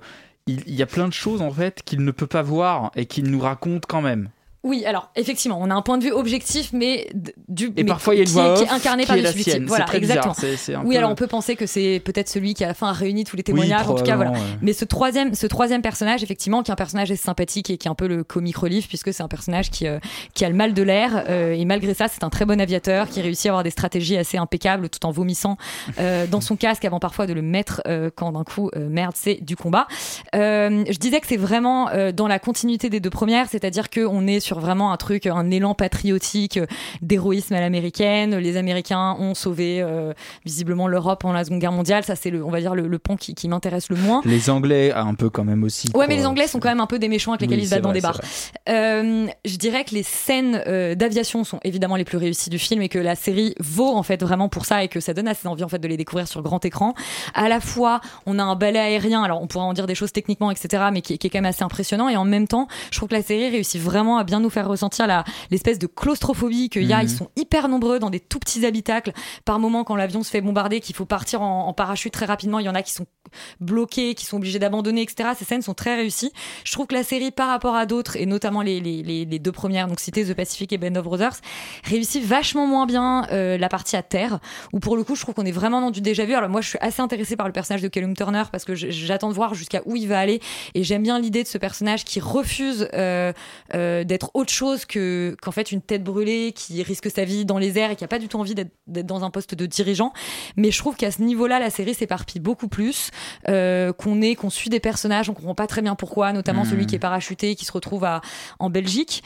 y a plein de choses en fait qu'il ne peut pas voir et qu'il nous raconte quand même. Oui, alors effectivement, on a un point de vue objectif, mais parfois il y a une voix off qui est incarné par les victimes. Voilà, exactement. Oui, alors on peut penser que c'est peut-être celui qui à la fin a réuni tous les témoignages. En tout cas, voilà. Ouais. Mais ce troisième personnage, effectivement, qui est un personnage assez sympathique et qui est un peu le comic relief, puisque c'est un personnage qui a le mal de l'air, et malgré ça, c'est un très bon aviateur qui réussit à avoir des stratégies assez impeccables, tout en vomissant dans son casque avant parfois de le mettre quand d'un coup, merde, c'est du combat. Je disais que c'est vraiment dans la continuité des deux premières, c'est-à-dire qu'on est sur sur vraiment un truc, un élan patriotique, d'héroïsme à l'américaine. Les Américains ont sauvé visiblement l'Europe pendant la Seconde Guerre mondiale. Ça, c'est on va dire le pan qui m'intéresse le moins. Les Anglais, un peu quand même aussi. Ouais, mais les Anglais sont quand même un peu des méchants avec lesquels ils se battent dans des bars. Je dirais que les scènes d'aviation sont évidemment les plus réussies du film et que la série vaut en fait vraiment pour ça et que ça donne assez envie en fait de les découvrir sur grand écran. À la fois, on a un ballet aérien, alors on pourra en dire des choses techniquement, etc., mais qui est quand même assez impressionnant, et en même temps, je trouve que la série réussit vraiment à bien nous faire ressentir l'espèce de claustrophobie qu'il y a. Ils sont hyper nombreux dans des tout petits habitacles. Par moment, quand l'avion se fait bombarder, qu'il faut partir en parachute très rapidement, il y en a qui sont bloqués, qui sont obligés d'abandonner, etc. Ces scènes sont très réussies. Je trouve que la série, par rapport à d'autres, et notamment les deux premières, donc citées The Pacific et Band of Brothers, réussit vachement moins bien la partie à terre, où pour le coup, je trouve qu'on est vraiment dans du déjà vu. Alors moi, je suis assez intéressée par le personnage de Callum Turner parce que j'attends de voir jusqu'à où il va aller, et j'aime bien l'idée de ce personnage qui refuse d'être autre chose qu'en fait une tête brûlée qui risque sa vie dans les airs et qui a pas du tout envie d'être dans un poste de dirigeant. Mais je trouve qu'à ce niveau-là, la série s'éparpille beaucoup plus, qu'on suit des personnages, on comprend pas très bien pourquoi, notamment celui qui est parachuté, qui se retrouve en Belgique,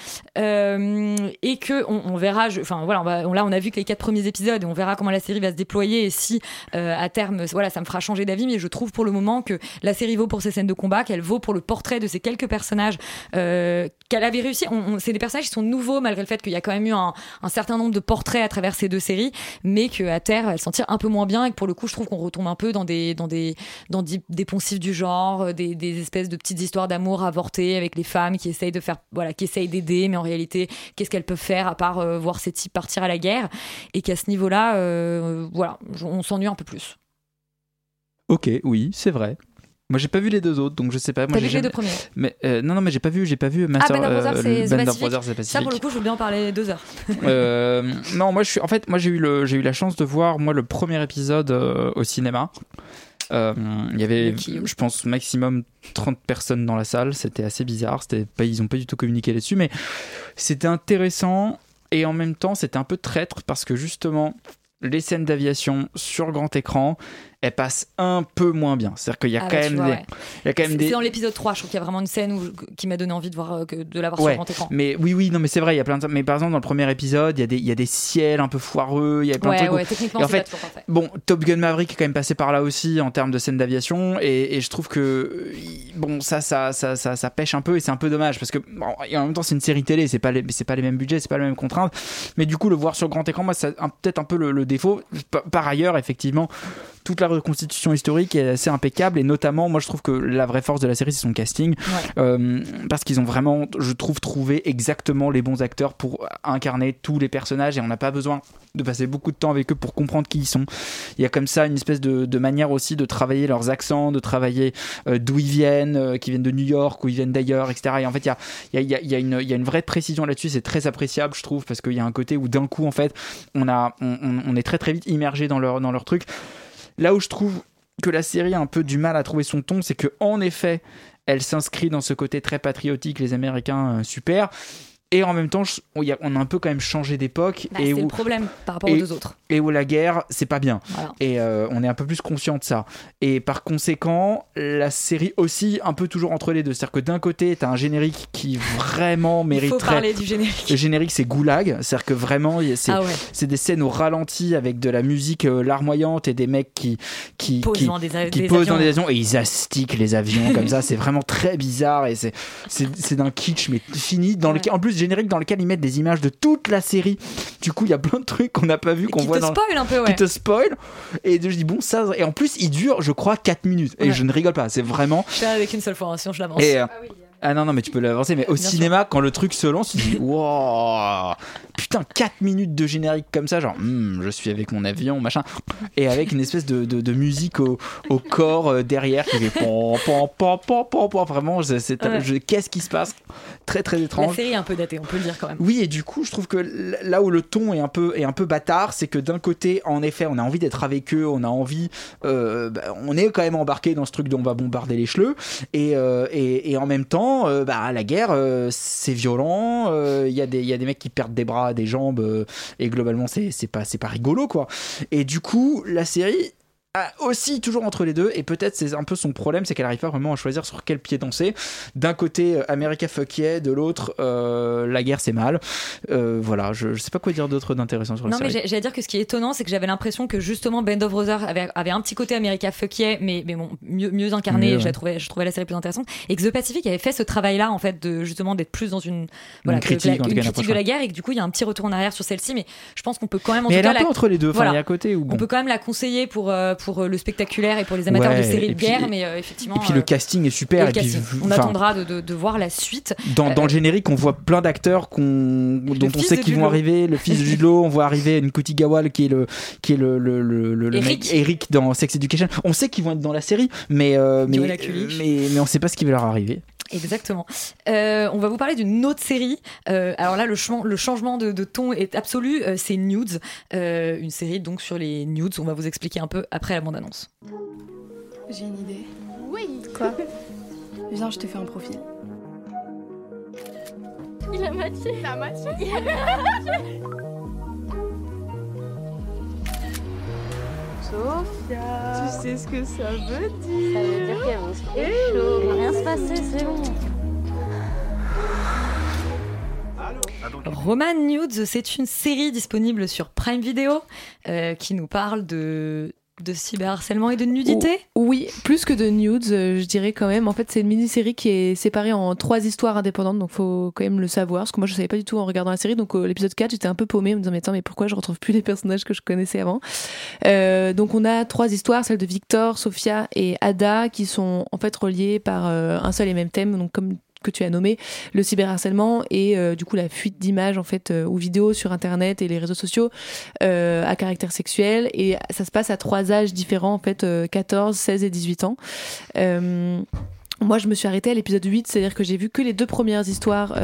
et que on verra. Enfin voilà, là on a vu que les 4 premiers épisodes, et on verra comment la série va se déployer et si à terme, voilà, ça me fera changer d'avis. Mais je trouve pour le moment que la série vaut pour ses scènes de combat, qu'elle vaut pour le portrait de ces quelques personnages qu'elle avait réussi. C'est des personnages qui sont nouveaux malgré le fait qu'il y a quand même eu un certain nombre de portraits à travers ces 2 séries, mais qu'à terre elle s'en tire un peu moins bien, et que pour le coup je trouve qu'on retombe un peu dans des poncifs du genre, des espèces de petites histoires d'amour avortées avec les femmes qui essayent d'aider, mais en réalité qu'est-ce qu'elles peuvent faire à part voir ces types partir à la guerre, et qu'à ce niveau-là voilà, on s'ennuie un peu plus. Ok, oui, c'est vrai. Moi, j'ai pas vu les 2 autres, donc je sais pas. Moi, T'as vu les 2 premiers? Mais non, mais j'ai pas vu Master. Band of Brothers, c'est The Pacific. Ça, pour le coup, je veux bien en parler 2 heures. Non, moi, j'ai eu la chance de voir le premier épisode au cinéma. Il y avait, je pense, maximum 30 personnes dans la salle. C'était assez bizarre. Ils ont pas du tout communiqué là-dessus, mais c'était intéressant, et en même temps, c'était un peu traître parce que justement, les scènes d'aviation sur grand écran, elles passent un peu moins bien. C'est-à-dire qu'il y a C'est dans l'épisode 3, je trouve qu'il y a vraiment une scène qui m'a donné envie de l'avoir sur grand écran. Mais oui, non, mais c'est vrai, il y a plein de... Mais par exemple, dans le premier épisode, il y a des ciels un peu foireux, il y a plein de trucs. Ouais, techniquement, et en c'est fait, pas toujours parfait. bon, Top Gun Maverick est quand même passé par là aussi en termes de scènes d'aviation, et je trouve que bon, ça pêche un peu, et c'est un peu dommage parce que bon, et en même temps, c'est une série télé, c'est pas les mêmes budgets, c'est pas les mêmes contraintes, mais du coup, le voir sur grand écran, moi, c'est peut-être un peu le défaut. Par ailleurs, effectivement, toute la reconstitution historique est assez impeccable, et notamment, moi, je trouve que la vraie force de la série, c'est son casting, parce qu'ils ont vraiment, je trouve, trouvé exactement les bons acteurs pour incarner tous les personnages, et on n'a pas besoin de passer beaucoup de temps avec eux pour comprendre qui ils sont. Il y a comme ça une espèce de manière aussi de travailler leurs accents, de travailler d'où ils viennent, qu'ils viennent de New York ou ils viennent d'ailleurs, etc. Et en fait, il y a une vraie précision là-dessus. C'est très appréciable, je trouve, parce qu'il y a un côté où d'un coup, en fait, on est très très vite immergé dans leur truc. Là où je trouve que la série a un peu du mal à trouver son ton, c'est que en effet, elle s'inscrit dans ce côté très patriotique, les Américains, super. Et en même temps, on a un peu quand même changé d'époque. C'est le problème par rapport aux 2 autres. Et où la guerre, c'est pas bien. Voilà. Et on est un peu plus conscient de ça. Et par conséquent, la série aussi un peu toujours entre les deux. C'est-à-dire que d'un côté, t'as un générique qui vraiment mériterait... Il faut parler du générique. Le générique, c'est Goulag. C'est-à-dire que vraiment, c'est des scènes au ralenti avec de la musique larmoyante et des mecs qui posent dans des avions et ils astiquent les avions comme ça. C'est vraiment très bizarre, et c'est d'un kitsch mais fini, dans lequel, en plus, générique dans lequel ils mettent des images de toute la série. Du coup, il y a plein de trucs qu'on n'a pas vu, qu'on voit qui te spoil. Et je dis bon, ça, et en plus il dure, je crois, 4 minutes, et je ne rigole pas, c'est vraiment, je fais avec une seule fois, sinon je l'avance. Ah non, mais tu peux l'avancer, mais au cinéma, quand le truc se lance, tu te dis wow, putain, 4 minutes de générique comme ça, genre je suis avec mon avion, machin, et avec une espèce de musique au corps derrière qui fait pom, pom, pom, pom, pom, pom. Vraiment, qu'est-ce qui se passe? Très très étrange. La série est un peu datée, on peut le dire quand même. Oui, et du coup, je trouve que là où le ton est un peu bâtard, c'est que d'un côté, en effet, on a envie d'être avec eux, on a envie, on est quand même embarqué dans ce truc dont on va bombarder les chleux, et en même temps, la guerre, c'est violent, il y a des mecs qui perdent des bras, des jambes, et globalement c'est pas rigolo, quoi. Et du coup, la série aussi toujours entre les deux, et peut-être c'est un peu son problème, c'est qu'elle n'arrive pas vraiment à choisir sur quel pied danser. D'un côté America Fuck Yeah, de l'autre la guerre c'est mal. Voilà, je sais pas quoi dire d'autre d'intéressant sur la série. Non, mais j'allais dire que ce qui est étonnant, c'est que j'avais l'impression que justement Band of Brothers avait un petit côté America Fuck Yeah, mais bon, mieux incarné. Ouais. Je trouvais la série plus intéressante, et que The Pacific avait fait ce travail-là en fait de justement d'être plus dans une critique de la guerre, et que du coup il y a un petit retour en arrière sur celle-ci, mais je pense qu'on peut quand même mais elle est un peu entre les deux, enfin, il y a à côté où bon. On peut quand même la conseiller pour le spectaculaire et pour les amateurs de séries de guerre, mais effectivement. Et puis le casting est super. On attendra de voir la suite. Dans le générique, on voit plein d'acteurs dont on sait qu'ils vont arriver. Le fils de Jude Law, on voit arriver Nkuti Gawal qui est le mec Eric dans Sex Education. On sait qu'ils vont être dans la série, mais on sait pas ce qui va leur arriver. Exactement. On va vous parler d'une autre série. Alors là, le changement de ton est absolu. C'est Nudes, une série donc sur les nudes. On va vous expliquer un peu après la bande-annonce. J'ai une idée. Oui. Quoi? Viens, je te fais un profil. Il a matché. Il a matché. Sophia, tu sais ce que ça veut dire? Ça veut dire qu'elle vous fait chaud. Il va rien se passer, c'est bon. Roman Nudes, c'est une série disponible sur Prime Video qui nous parle de cyberharcèlement et de nudité. Oui, plus que de nudes, je dirais quand même. En fait, c'est une mini-série qui est séparée en 3 histoires indépendantes, donc faut quand même le savoir, parce que moi je savais pas du tout en regardant la série. Donc l'épisode 4, j'étais un peu paumée en me disant mais pourquoi je retrouve plus les personnages que je connaissais avant. Donc on a 3 histoires, celle de Victor, Sophia et Ada, qui sont en fait reliées par un seul et même thème, donc comme que tu as nommé, le cyberharcèlement et du coup la fuite d'images en fait ou vidéos sur internet et les réseaux sociaux à caractère sexuel, et ça se passe à 3 âges différents en fait, 14, 16 et 18 ans. Moi, je me suis arrêtée à l'épisode 8, c'est-à-dire que j'ai vu que les 2 premières histoires,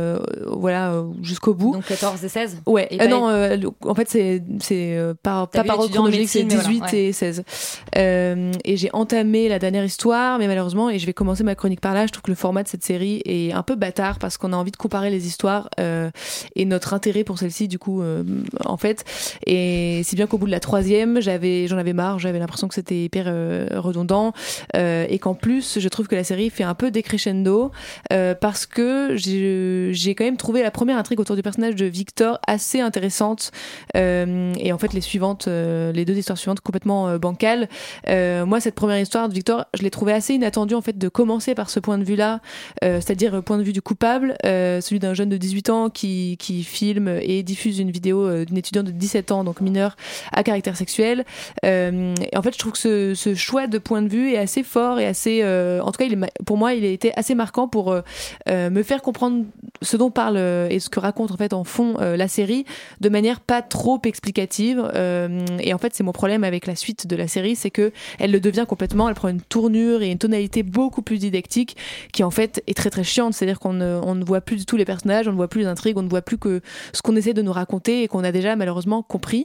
jusqu'au bout. Donc 14 et 16 Ouais, et non, en fait, c'est pas par ordre chronologique, c'est 18 voilà, et 16. Et j'ai entamé la dernière histoire, mais malheureusement, et je vais commencer ma chronique par là, je trouve que le format de cette série est un peu bâtard, parce qu'on a envie de comparer les histoires et notre intérêt pour celle-ci, du coup, en fait. Et si bien qu'au bout de la 3e, j'en avais marre, j'avais l'impression que c'était hyper redondant, et qu'en plus, je trouve que la série fait un peu décrescendo parce que j'ai quand même trouvé la première intrigue autour du personnage de Victor assez intéressante, et en fait les 2 histoires suivantes complètement bancales. Moi, cette première histoire de Victor, je l'ai trouvée assez inattendue en fait, de commencer par ce point de vue là, c'est-à-dire point de vue du coupable, celui d'un jeune de 18 ans qui filme et diffuse une vidéo d'une étudiante de 17 ans, donc mineure, à caractère sexuel. Et en fait, je trouve que ce choix de point de vue est assez fort et assez en tout cas pour moi il a été assez marquant pour me faire comprendre ce dont parle et ce que raconte en fait en fond la série, de manière pas trop explicative, et en fait c'est mon problème avec la suite de la série, c'est que elle le devient complètement, elle prend une tournure et une tonalité beaucoup plus didactique qui en fait est très très chiante, c'est-à-dire qu'on ne voit plus du tout les personnages, on ne voit plus les intrigues, on ne voit plus que ce qu'on essaie de nous raconter et qu'on a déjà malheureusement compris.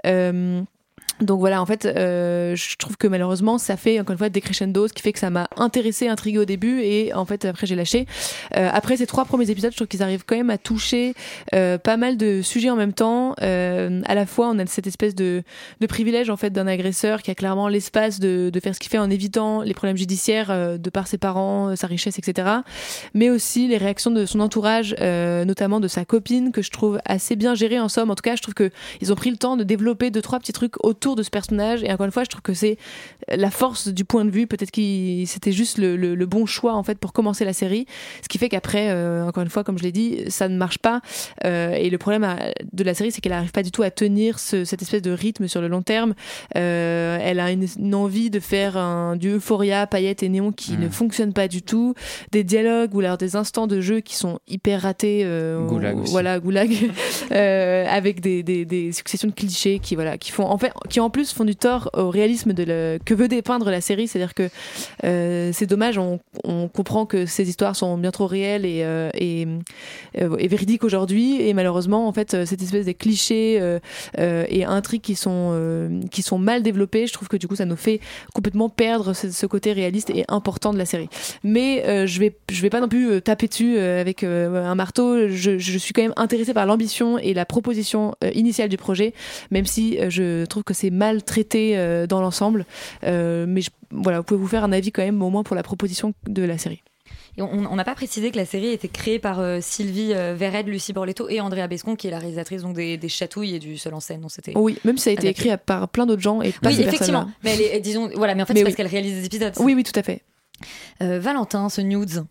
Donc voilà, en fait, je trouve que malheureusement, ça fait encore une fois décrescendo, ce qui fait que ça m'a intéressée, intriguée au début, et en fait après j'ai lâché. Après ces 3 premiers épisodes, je trouve qu'ils arrivent quand même à toucher pas mal de sujets en même temps. À la fois, on a cette espèce de privilège en fait d'un agresseur qui a clairement l'espace de faire ce qu'il fait en évitant les problèmes judiciaires de par ses parents, sa richesse, etc. Mais aussi les réactions de son entourage, notamment de sa copine, que je trouve assez bien gérée en somme. En tout cas, je trouve que ils ont pris le temps de développer 2-3 petits trucs autour de ce personnage, et encore une fois je trouve que c'est la force du point de vue, peut-être que c'était juste le bon choix en fait pour commencer la série, ce qui fait qu'après encore une fois comme je l'ai dit, ça ne marche pas, et le problème de la série c'est qu'elle n'arrive pas du tout à tenir cette espèce de rythme sur le long terme. Elle a une envie de faire du euphoria, paillettes et néon qui ne fonctionne pas du tout, des dialogues ou alors des instants de jeu qui sont hyper ratés, Goulag aussi. voilà, Goulag avec des successions de clichés qui font en fait, qui en plus font du tort au réalisme que veut dépeindre la série, c'est-à-dire que c'est dommage, on comprend que ces histoires sont bien trop réelles et véridiques aujourd'hui, et malheureusement en fait cette espèce de clichés et intrigues qui sont mal développés, je trouve que du coup ça nous fait complètement perdre ce côté réaliste et important de la série. Mais je vais pas non plus taper dessus avec un marteau. Je suis quand même intéressée par l'ambition et la proposition initiale du projet, même si je trouve que assez mal traité dans l'ensemble. Mais voilà, vous pouvez vous faire un avis quand même, au moins pour la proposition de la série. Et on n'a pas précisé que la série était créée par Sylvie Vered, Lucie Borletto et Andrea Bescon, qui est la réalisatrice donc, des Chatouilles et du Seul en scène. Donc c'était oui, même si ça a été écrit par plein d'autres gens et pas oui, ces effectivement. personnes-là. Mais disons, voilà, mais en fait, c'est parce qu'elle réalise des épisodes. Oui, tout à fait. Valentin, ce nudes.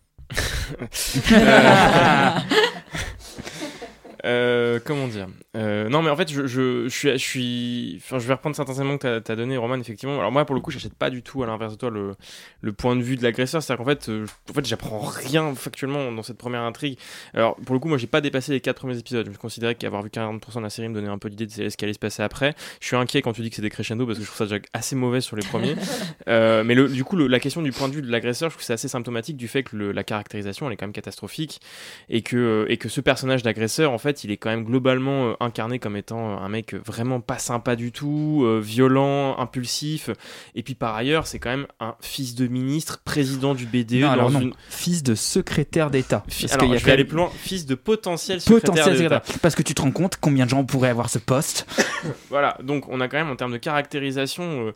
Comment dire non mais en fait je suis enfin je vais reprendre certains éléments que t'as donné Roman effectivement. Alors moi pour le coup j'achète pas du tout à l'inverse de toi le point de vue de l'agresseur, c'est-à-dire qu'en fait j'apprends rien factuellement dans cette première intrigue. Alors pour le coup moi j'ai pas dépassé les 4 premiers épisodes, je me considérais qu'avoir vu 40% de la série me donnait un peu l'idée de ce qui allait se passer après. Je suis inquiet quand tu dis que c'est des crescendo parce que je trouve ça déjà assez mauvais sur les premiers. Mais du coup la question du point de vue de l'agresseur, je trouve que c'est assez symptomatique du fait que la caractérisation elle est quand même catastrophique et que ce personnage d'agresseur en fait il est quand même globalement incarné comme étant un mec vraiment pas sympa du tout, violent, impulsif, et puis par ailleurs c'est quand même un fils de ministre, président du BDE, fils de secrétaire d'État. Alors je vais aller plus loin, fils de potentiel secrétaire d'État. Parce que tu te rends compte combien de gens pourraient avoir ce poste. Voilà, donc on a quand même en termes de caractérisation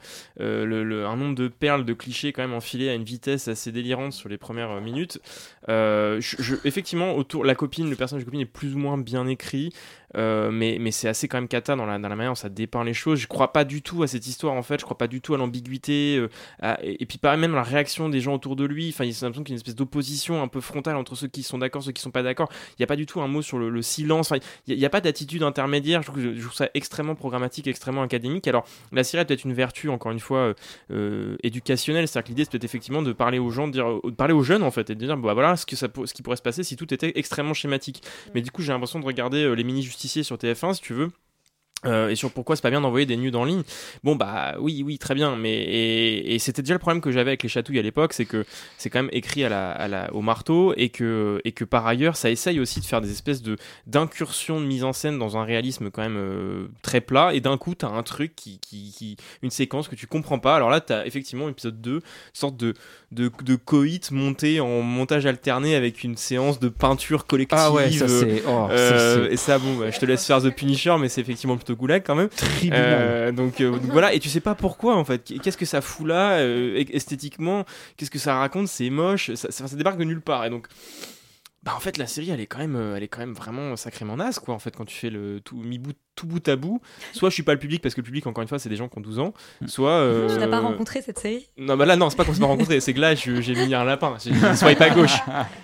un nombre de perles, de clichés quand même enfilés à une vitesse assez délirante sur les premières minutes. Effectivement, le personnage de copine est plus ou moins bien écrit, mais c'est assez quand même cata dans la manière dont ça dépeint les choses. Je crois pas du tout à cette histoire en fait, je crois pas du tout à l'ambiguïté, et puis pareil même la réaction des gens autour de lui. Enfin, il y a l'impression qu'il y a une espèce d'opposition un peu frontale entre ceux qui sont d'accord, ceux qui sont pas d'accord. Il y a pas du tout un mot sur le silence. Enfin, il y a pas d'attitude intermédiaire. Je trouve ça extrêmement programmatique, extrêmement académique. Alors la série a peut-être une vertu encore une fois éducationnelle, c'est-à-dire que l'idée c'est peut-être effectivement de parler aux gens, de parler aux jeunes en fait, et de dire bah voilà ce qui pourrait se passer si tout était extrêmement schématique. Mais du coup j'ai l'impression de regarder les mini-justiciers sur TF1 si tu veux. Et sur pourquoi c'est pas bien d'envoyer des nudes en ligne. Bon bah oui très bien, mais et c'était déjà le problème que j'avais avec les Chatouilles à l'époque, c'est que c'est quand même écrit au marteau et que par ailleurs ça essaye aussi de faire des espèces d'incursions de mise en scène dans un réalisme quand même très plat, et d'un coup t'as un truc une séquence que tu comprends pas. Alors là t'as effectivement épisode 2 une sorte de coït monté en montage alterné avec une séance de peinture collective. Ah ouais, ça c'est et ça bon je te laisse faire The Punisher, mais c'est effectivement plutôt goulag quand même. Donc voilà, et tu sais pas pourquoi en fait, qu'est-ce que ça fout là esthétiquement, qu'est-ce que ça raconte, c'est moche, ça débarque de nulle part. Et donc bah en fait la série elle est quand même vraiment sacrément naze quoi en fait, quand tu fais tout bout à bout. Soit je suis pas le public parce que le public encore une fois c'est des gens qui ont 12 ans, soit tu n'as pas rencontré cette série. Non bah là non, c'est pas qu'on s'est pas rencontré, c'est que là j'ai mis un lapin, j'ai swipe à gauche.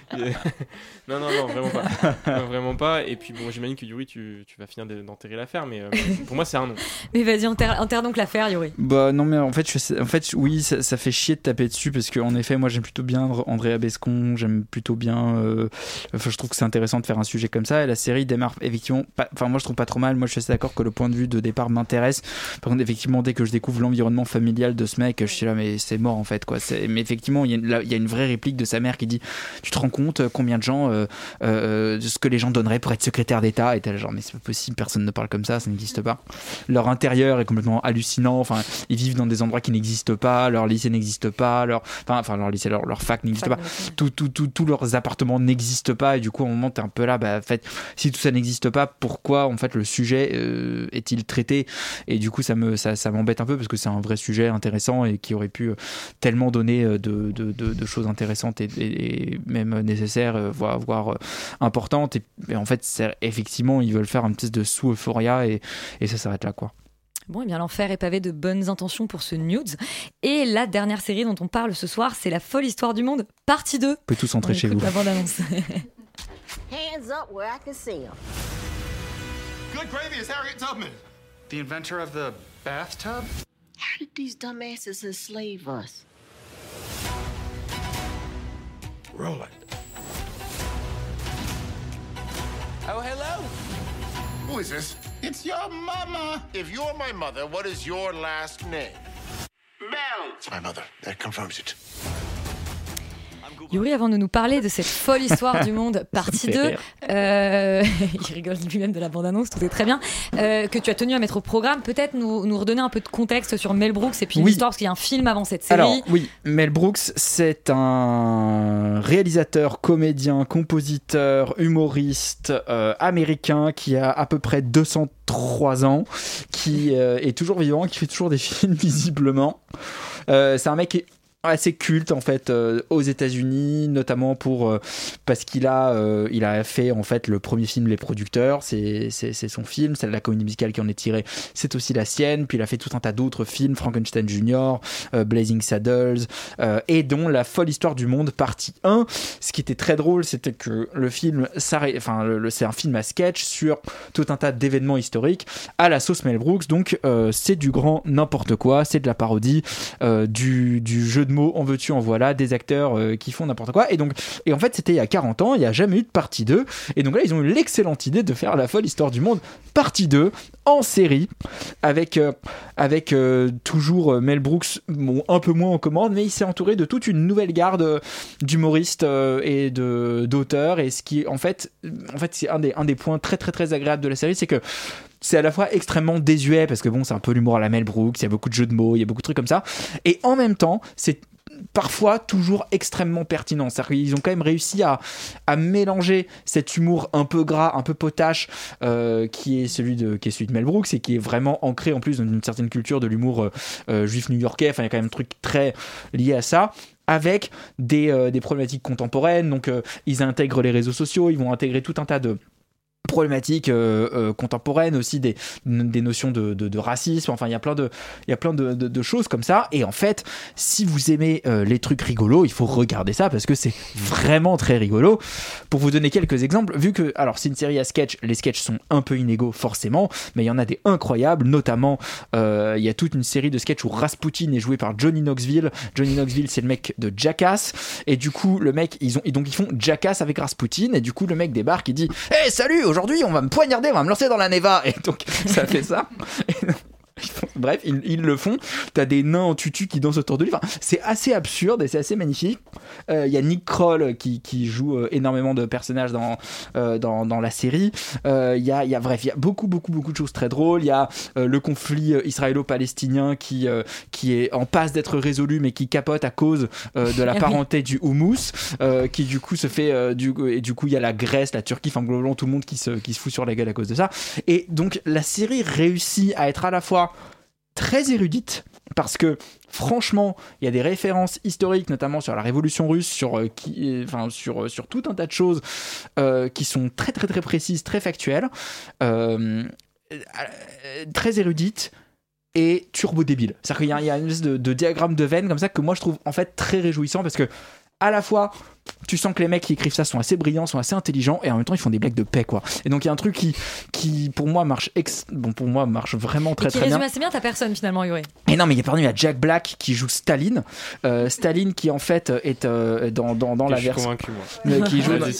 non vraiment pas. Et puis bon j'imagine que Yuri tu vas finir d'enterrer l'affaire, mais pour moi c'est un non. Mais vas-y enterre donc l'affaire Yuri. Bah non mais en fait oui ça fait chier de taper dessus parce que en effet moi j'aime plutôt bien Andrea Bescon, j'aime plutôt bien je trouve que c'est intéressant de faire un sujet comme ça, et la série démarre effectivement moi je trouve pas trop mal. Moi je suis d'accord que le point de vue de départ m'intéresse. Par contre effectivement dès que je découvre l'environnement familial de ce mec, je suis là mais c'est mort en fait quoi. Mais effectivement il y a une vraie réplique de sa mère qui dit tu te rends compte combien de gens ce que les gens donneraient pour être secrétaire d'État, et t'es là genre mais c'est pas possible, personne ne parle comme ça n'existe pas. Leur intérieur est complètement hallucinant, enfin ils vivent dans des endroits qui n'existent pas, leur lycée n'existe pas, leur lycée, leur fac n'existe pas, tous leurs appartements n'existent pas, et du coup à un moment t'es un peu là en fait si tout ça n'existe pas, pourquoi en fait le sujet est-il traité? Et du coup ça m'embête un peu parce que c'est un vrai sujet intéressant et qui aurait pu tellement donner de choses intéressantes et même nécessaires, voire importantes, et en fait effectivement ils veulent faire une espèce de sous-euphoria et ça s'arrête là quoi. Bon, et bien l'enfer est pavé de bonnes intentions pour ce Nudes. Et la dernière série dont on parle ce soir, c'est La folle histoire du monde, partie 2. Vous pouvez tous rentrer chez vous. La bande-annonce. Hands up where I can see them. Good gravy is Harriet Tubman. The inventor of the bathtub? How did these dumbasses enslave us? Roll it. Oh, hello. Who is this? It's your mama. If you're my mother, what is your last name? Bell. It's my mother. That confirms it. Yuri, avant de nous parler de cette folle histoire du monde, partie 2, il rigole lui-même de la bande-annonce, tout est très bien, que tu as tenu à mettre au programme, peut-être nous redonner un peu de contexte sur Mel Brooks et puis l'histoire, parce qu'il y a un film avant cette série. Alors oui, Mel Brooks, c'est un réalisateur, comédien, compositeur, humoriste américain qui a à peu près 203 ans, qui est toujours vivant, qui fait toujours des films visiblement. C'est un mec qui est assez culte en fait aux États-Unis, notamment parce qu'il a fait en fait le premier film Les Producteurs, c'est son film, c'est la comédie musicale qui en est tirée, c'est aussi la sienne. Puis il a fait tout un tas d'autres films, Frankenstein Jr., Blazing Saddles, et dont La folle histoire du monde partie 1. Ce qui était très drôle, c'était que le film c'est un film à sketch sur tout un tas d'événements historiques à la sauce Mel Brooks, donc c'est du grand n'importe quoi, c'est de la parodie, du jeu de mots, en veux-tu, en voilà, des acteurs qui font n'importe quoi. Et en fait, c'était il y a 40 ans, il n'y a jamais eu de partie 2. Et donc là, ils ont eu l'excellente idée de faire La folle histoire du monde partie 2 en série, avec toujours Mel Brooks, un peu moins en commande, mais il s'est entouré de toute une nouvelle garde d'humoristes et d'auteurs. Et ce qui, en fait c'est un des points très très très agréables de la série, c'est que c'est à la fois extrêmement désuet, parce que bon, c'est un peu l'humour à la Mel Brooks, il y a beaucoup de jeux de mots, il y a beaucoup de trucs comme ça, et en même temps, c'est parfois toujours extrêmement pertinent. C'est-à-dire qu'ils ont quand même réussi à mélanger cet humour un peu gras, un peu potache, qui est celui de Mel Brooks, et qui est vraiment ancré en plus dans une certaine culture de l'humour juif new-yorkais. Enfin, il y a quand même un truc très lié à ça, avec des problématiques contemporaines. Donc ils intègrent les réseaux sociaux, ils vont intégrer tout un tas de problématiques contemporaines, aussi des notions de racisme. Enfin, il y a plein de choses comme ça. Et en fait, si vous aimez les trucs rigolos, il faut regarder ça, parce que c'est vraiment très rigolo. Pour vous donner quelques exemples, vu que, alors, c'est une série à sketch, les sketchs sont un peu inégaux forcément, mais il y en a des incroyables. Notamment, il y a toute une série de sketchs où Rasputin est joué par Johnny Knoxville. Johnny Knoxville, c'est le mec de Jackass, et du coup le mec, ils font Jackass avec Rasputin, et du coup le mec débarque, il dit hey, salut, aujourd'hui on va me poignarder, on va me lancer dans la Neva, et donc ça fait ça. Bref, ils le font. T'as des nains en tutu qui dansent autour de lui. Enfin, c'est assez absurde et c'est assez magnifique. Il y a Nick Kroll qui joue énormément de personnages dans la série. Il y a beaucoup de choses très drôles. Il y a le conflit israélo-palestinien qui est en passe d'être résolu, mais qui capote à cause de la parenté du houmous, qui du coup se fait et du coup il y a la Grèce, la Turquie, enfin globalement tout le monde qui se fout sur la gueule à cause de ça. Et donc la série réussit à être à la fois très érudite, parce que franchement il y a des références historiques, notamment sur la révolution russe, sur tout un tas de choses qui sont très très très précises, très factuelles, très érudites et turbo débile. C'est-à-dire qu'il y a une espèce de diagramme de veine comme ça que moi je trouve en fait très réjouissant, parce que à la fois tu sens que les mecs qui écrivent ça sont assez brillants, sont assez intelligents, et en même temps ils font des blagues de paix, quoi. Et donc il y a un truc qui pour moi marche vraiment très très bien. Qui résume assez bien ta personne finalement, Yuri. Et non, mais il y a Jack Black qui joue Staline, Staline qui en fait est dans la version qui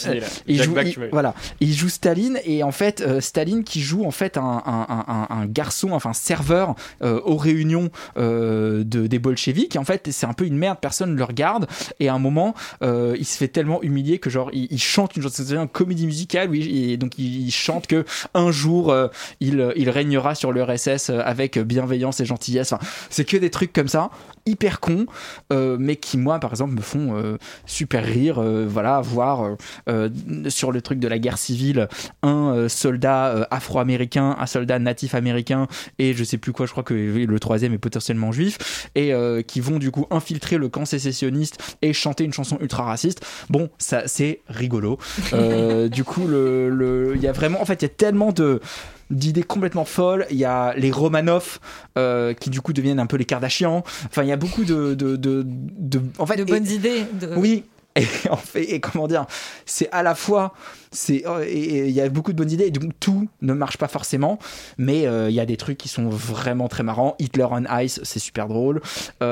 joue Staline, et en fait Staline qui joue en fait un garçon, enfin serveur aux réunions des bolcheviks, et en fait c'est un peu une merde, personne ne le regarde, et à un moment il se fait tellement humilier que genre il chante une comédie musicale, et donc il chante que un jour il régnera sur l'URSS avec bienveillance et gentillesse. Enfin, c'est que des trucs comme ça hyper cons, mais qui moi par exemple me font super rire. Voir sur le truc de la guerre civile un soldat afro-américain, un soldat natif américain, et je sais plus quoi, je crois que le troisième est potentiellement juif, et qui vont du coup infiltrer le camp sécessionniste et chanter une chanson ultra raciste. Bon, ça c'est rigolo. Du coup il y a vraiment, en fait il y a tellement d'idées complètement folles. Il y a les Romanov qui du coup deviennent un peu les Kardashians. Enfin, il y a beaucoup de bonnes idées. Oui. Et comment dire, c'est à la fois, il y a beaucoup de bonnes idées, et donc tout ne marche pas forcément, mais il y a des trucs qui sont vraiment très marrants. Hitler on Ice, c'est super drôle.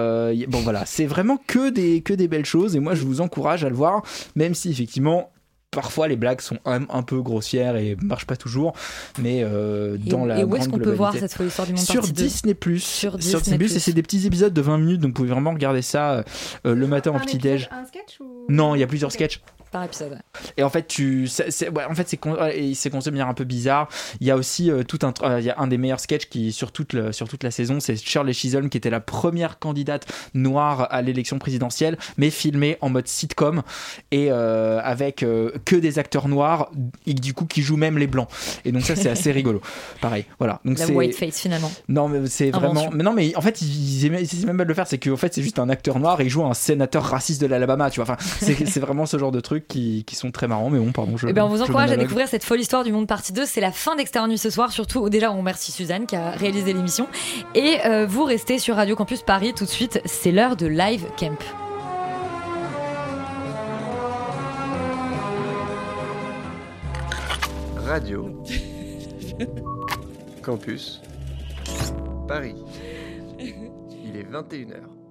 Bon voilà, c'est vraiment que des belles choses, et moi je vous encourage à le voir, même si effectivement parfois les blagues sont un peu grossières et marchent pas toujours, mais dans la et où grande est-ce qu'on peut voir cette folle histoire du monde sur partie 2? Disney+. Sur Disney+, et c'est des petits épisodes de 20 minutes, donc vous pouvez vraiment regarder ça le matin en petit-déj. Un sketch ou... Non, il y a plusieurs sketchs. Par épisode. Et en fait, c'est conçu de manière un peu bizarre. Il y a aussi il y a un des meilleurs sketchs qui sur toute la saison, c'est Shirley Chisholm qui était la première candidate noire à l'élection présidentielle, mais filmée en mode sitcom et avec que des acteurs noirs et du coup qui jouent même les blancs. Et donc ça c'est assez rigolo. Pareil, voilà. Donc la whiteface finalement. Non mais c'est vraiment. Mais non mais en fait ils essaient même pas de le faire. C'est qu'en fait c'est juste un acteur noir et il joue un sénateur raciste de l'Alabama. Tu vois. Enfin c'est vraiment ce genre de trucs qui sont très marrants, mais bon, pardon. On vous encourage à découvrir cette folle histoire du monde partie 2. C'est la fin d'Extérieur Nuit ce soir. Surtout, déjà, on remercie Suzanne qui a réalisé l'émission. Et vous restez sur Radio Campus Paris tout de suite. C'est l'heure de Live Camp. Radio Campus Paris. Il est 21h.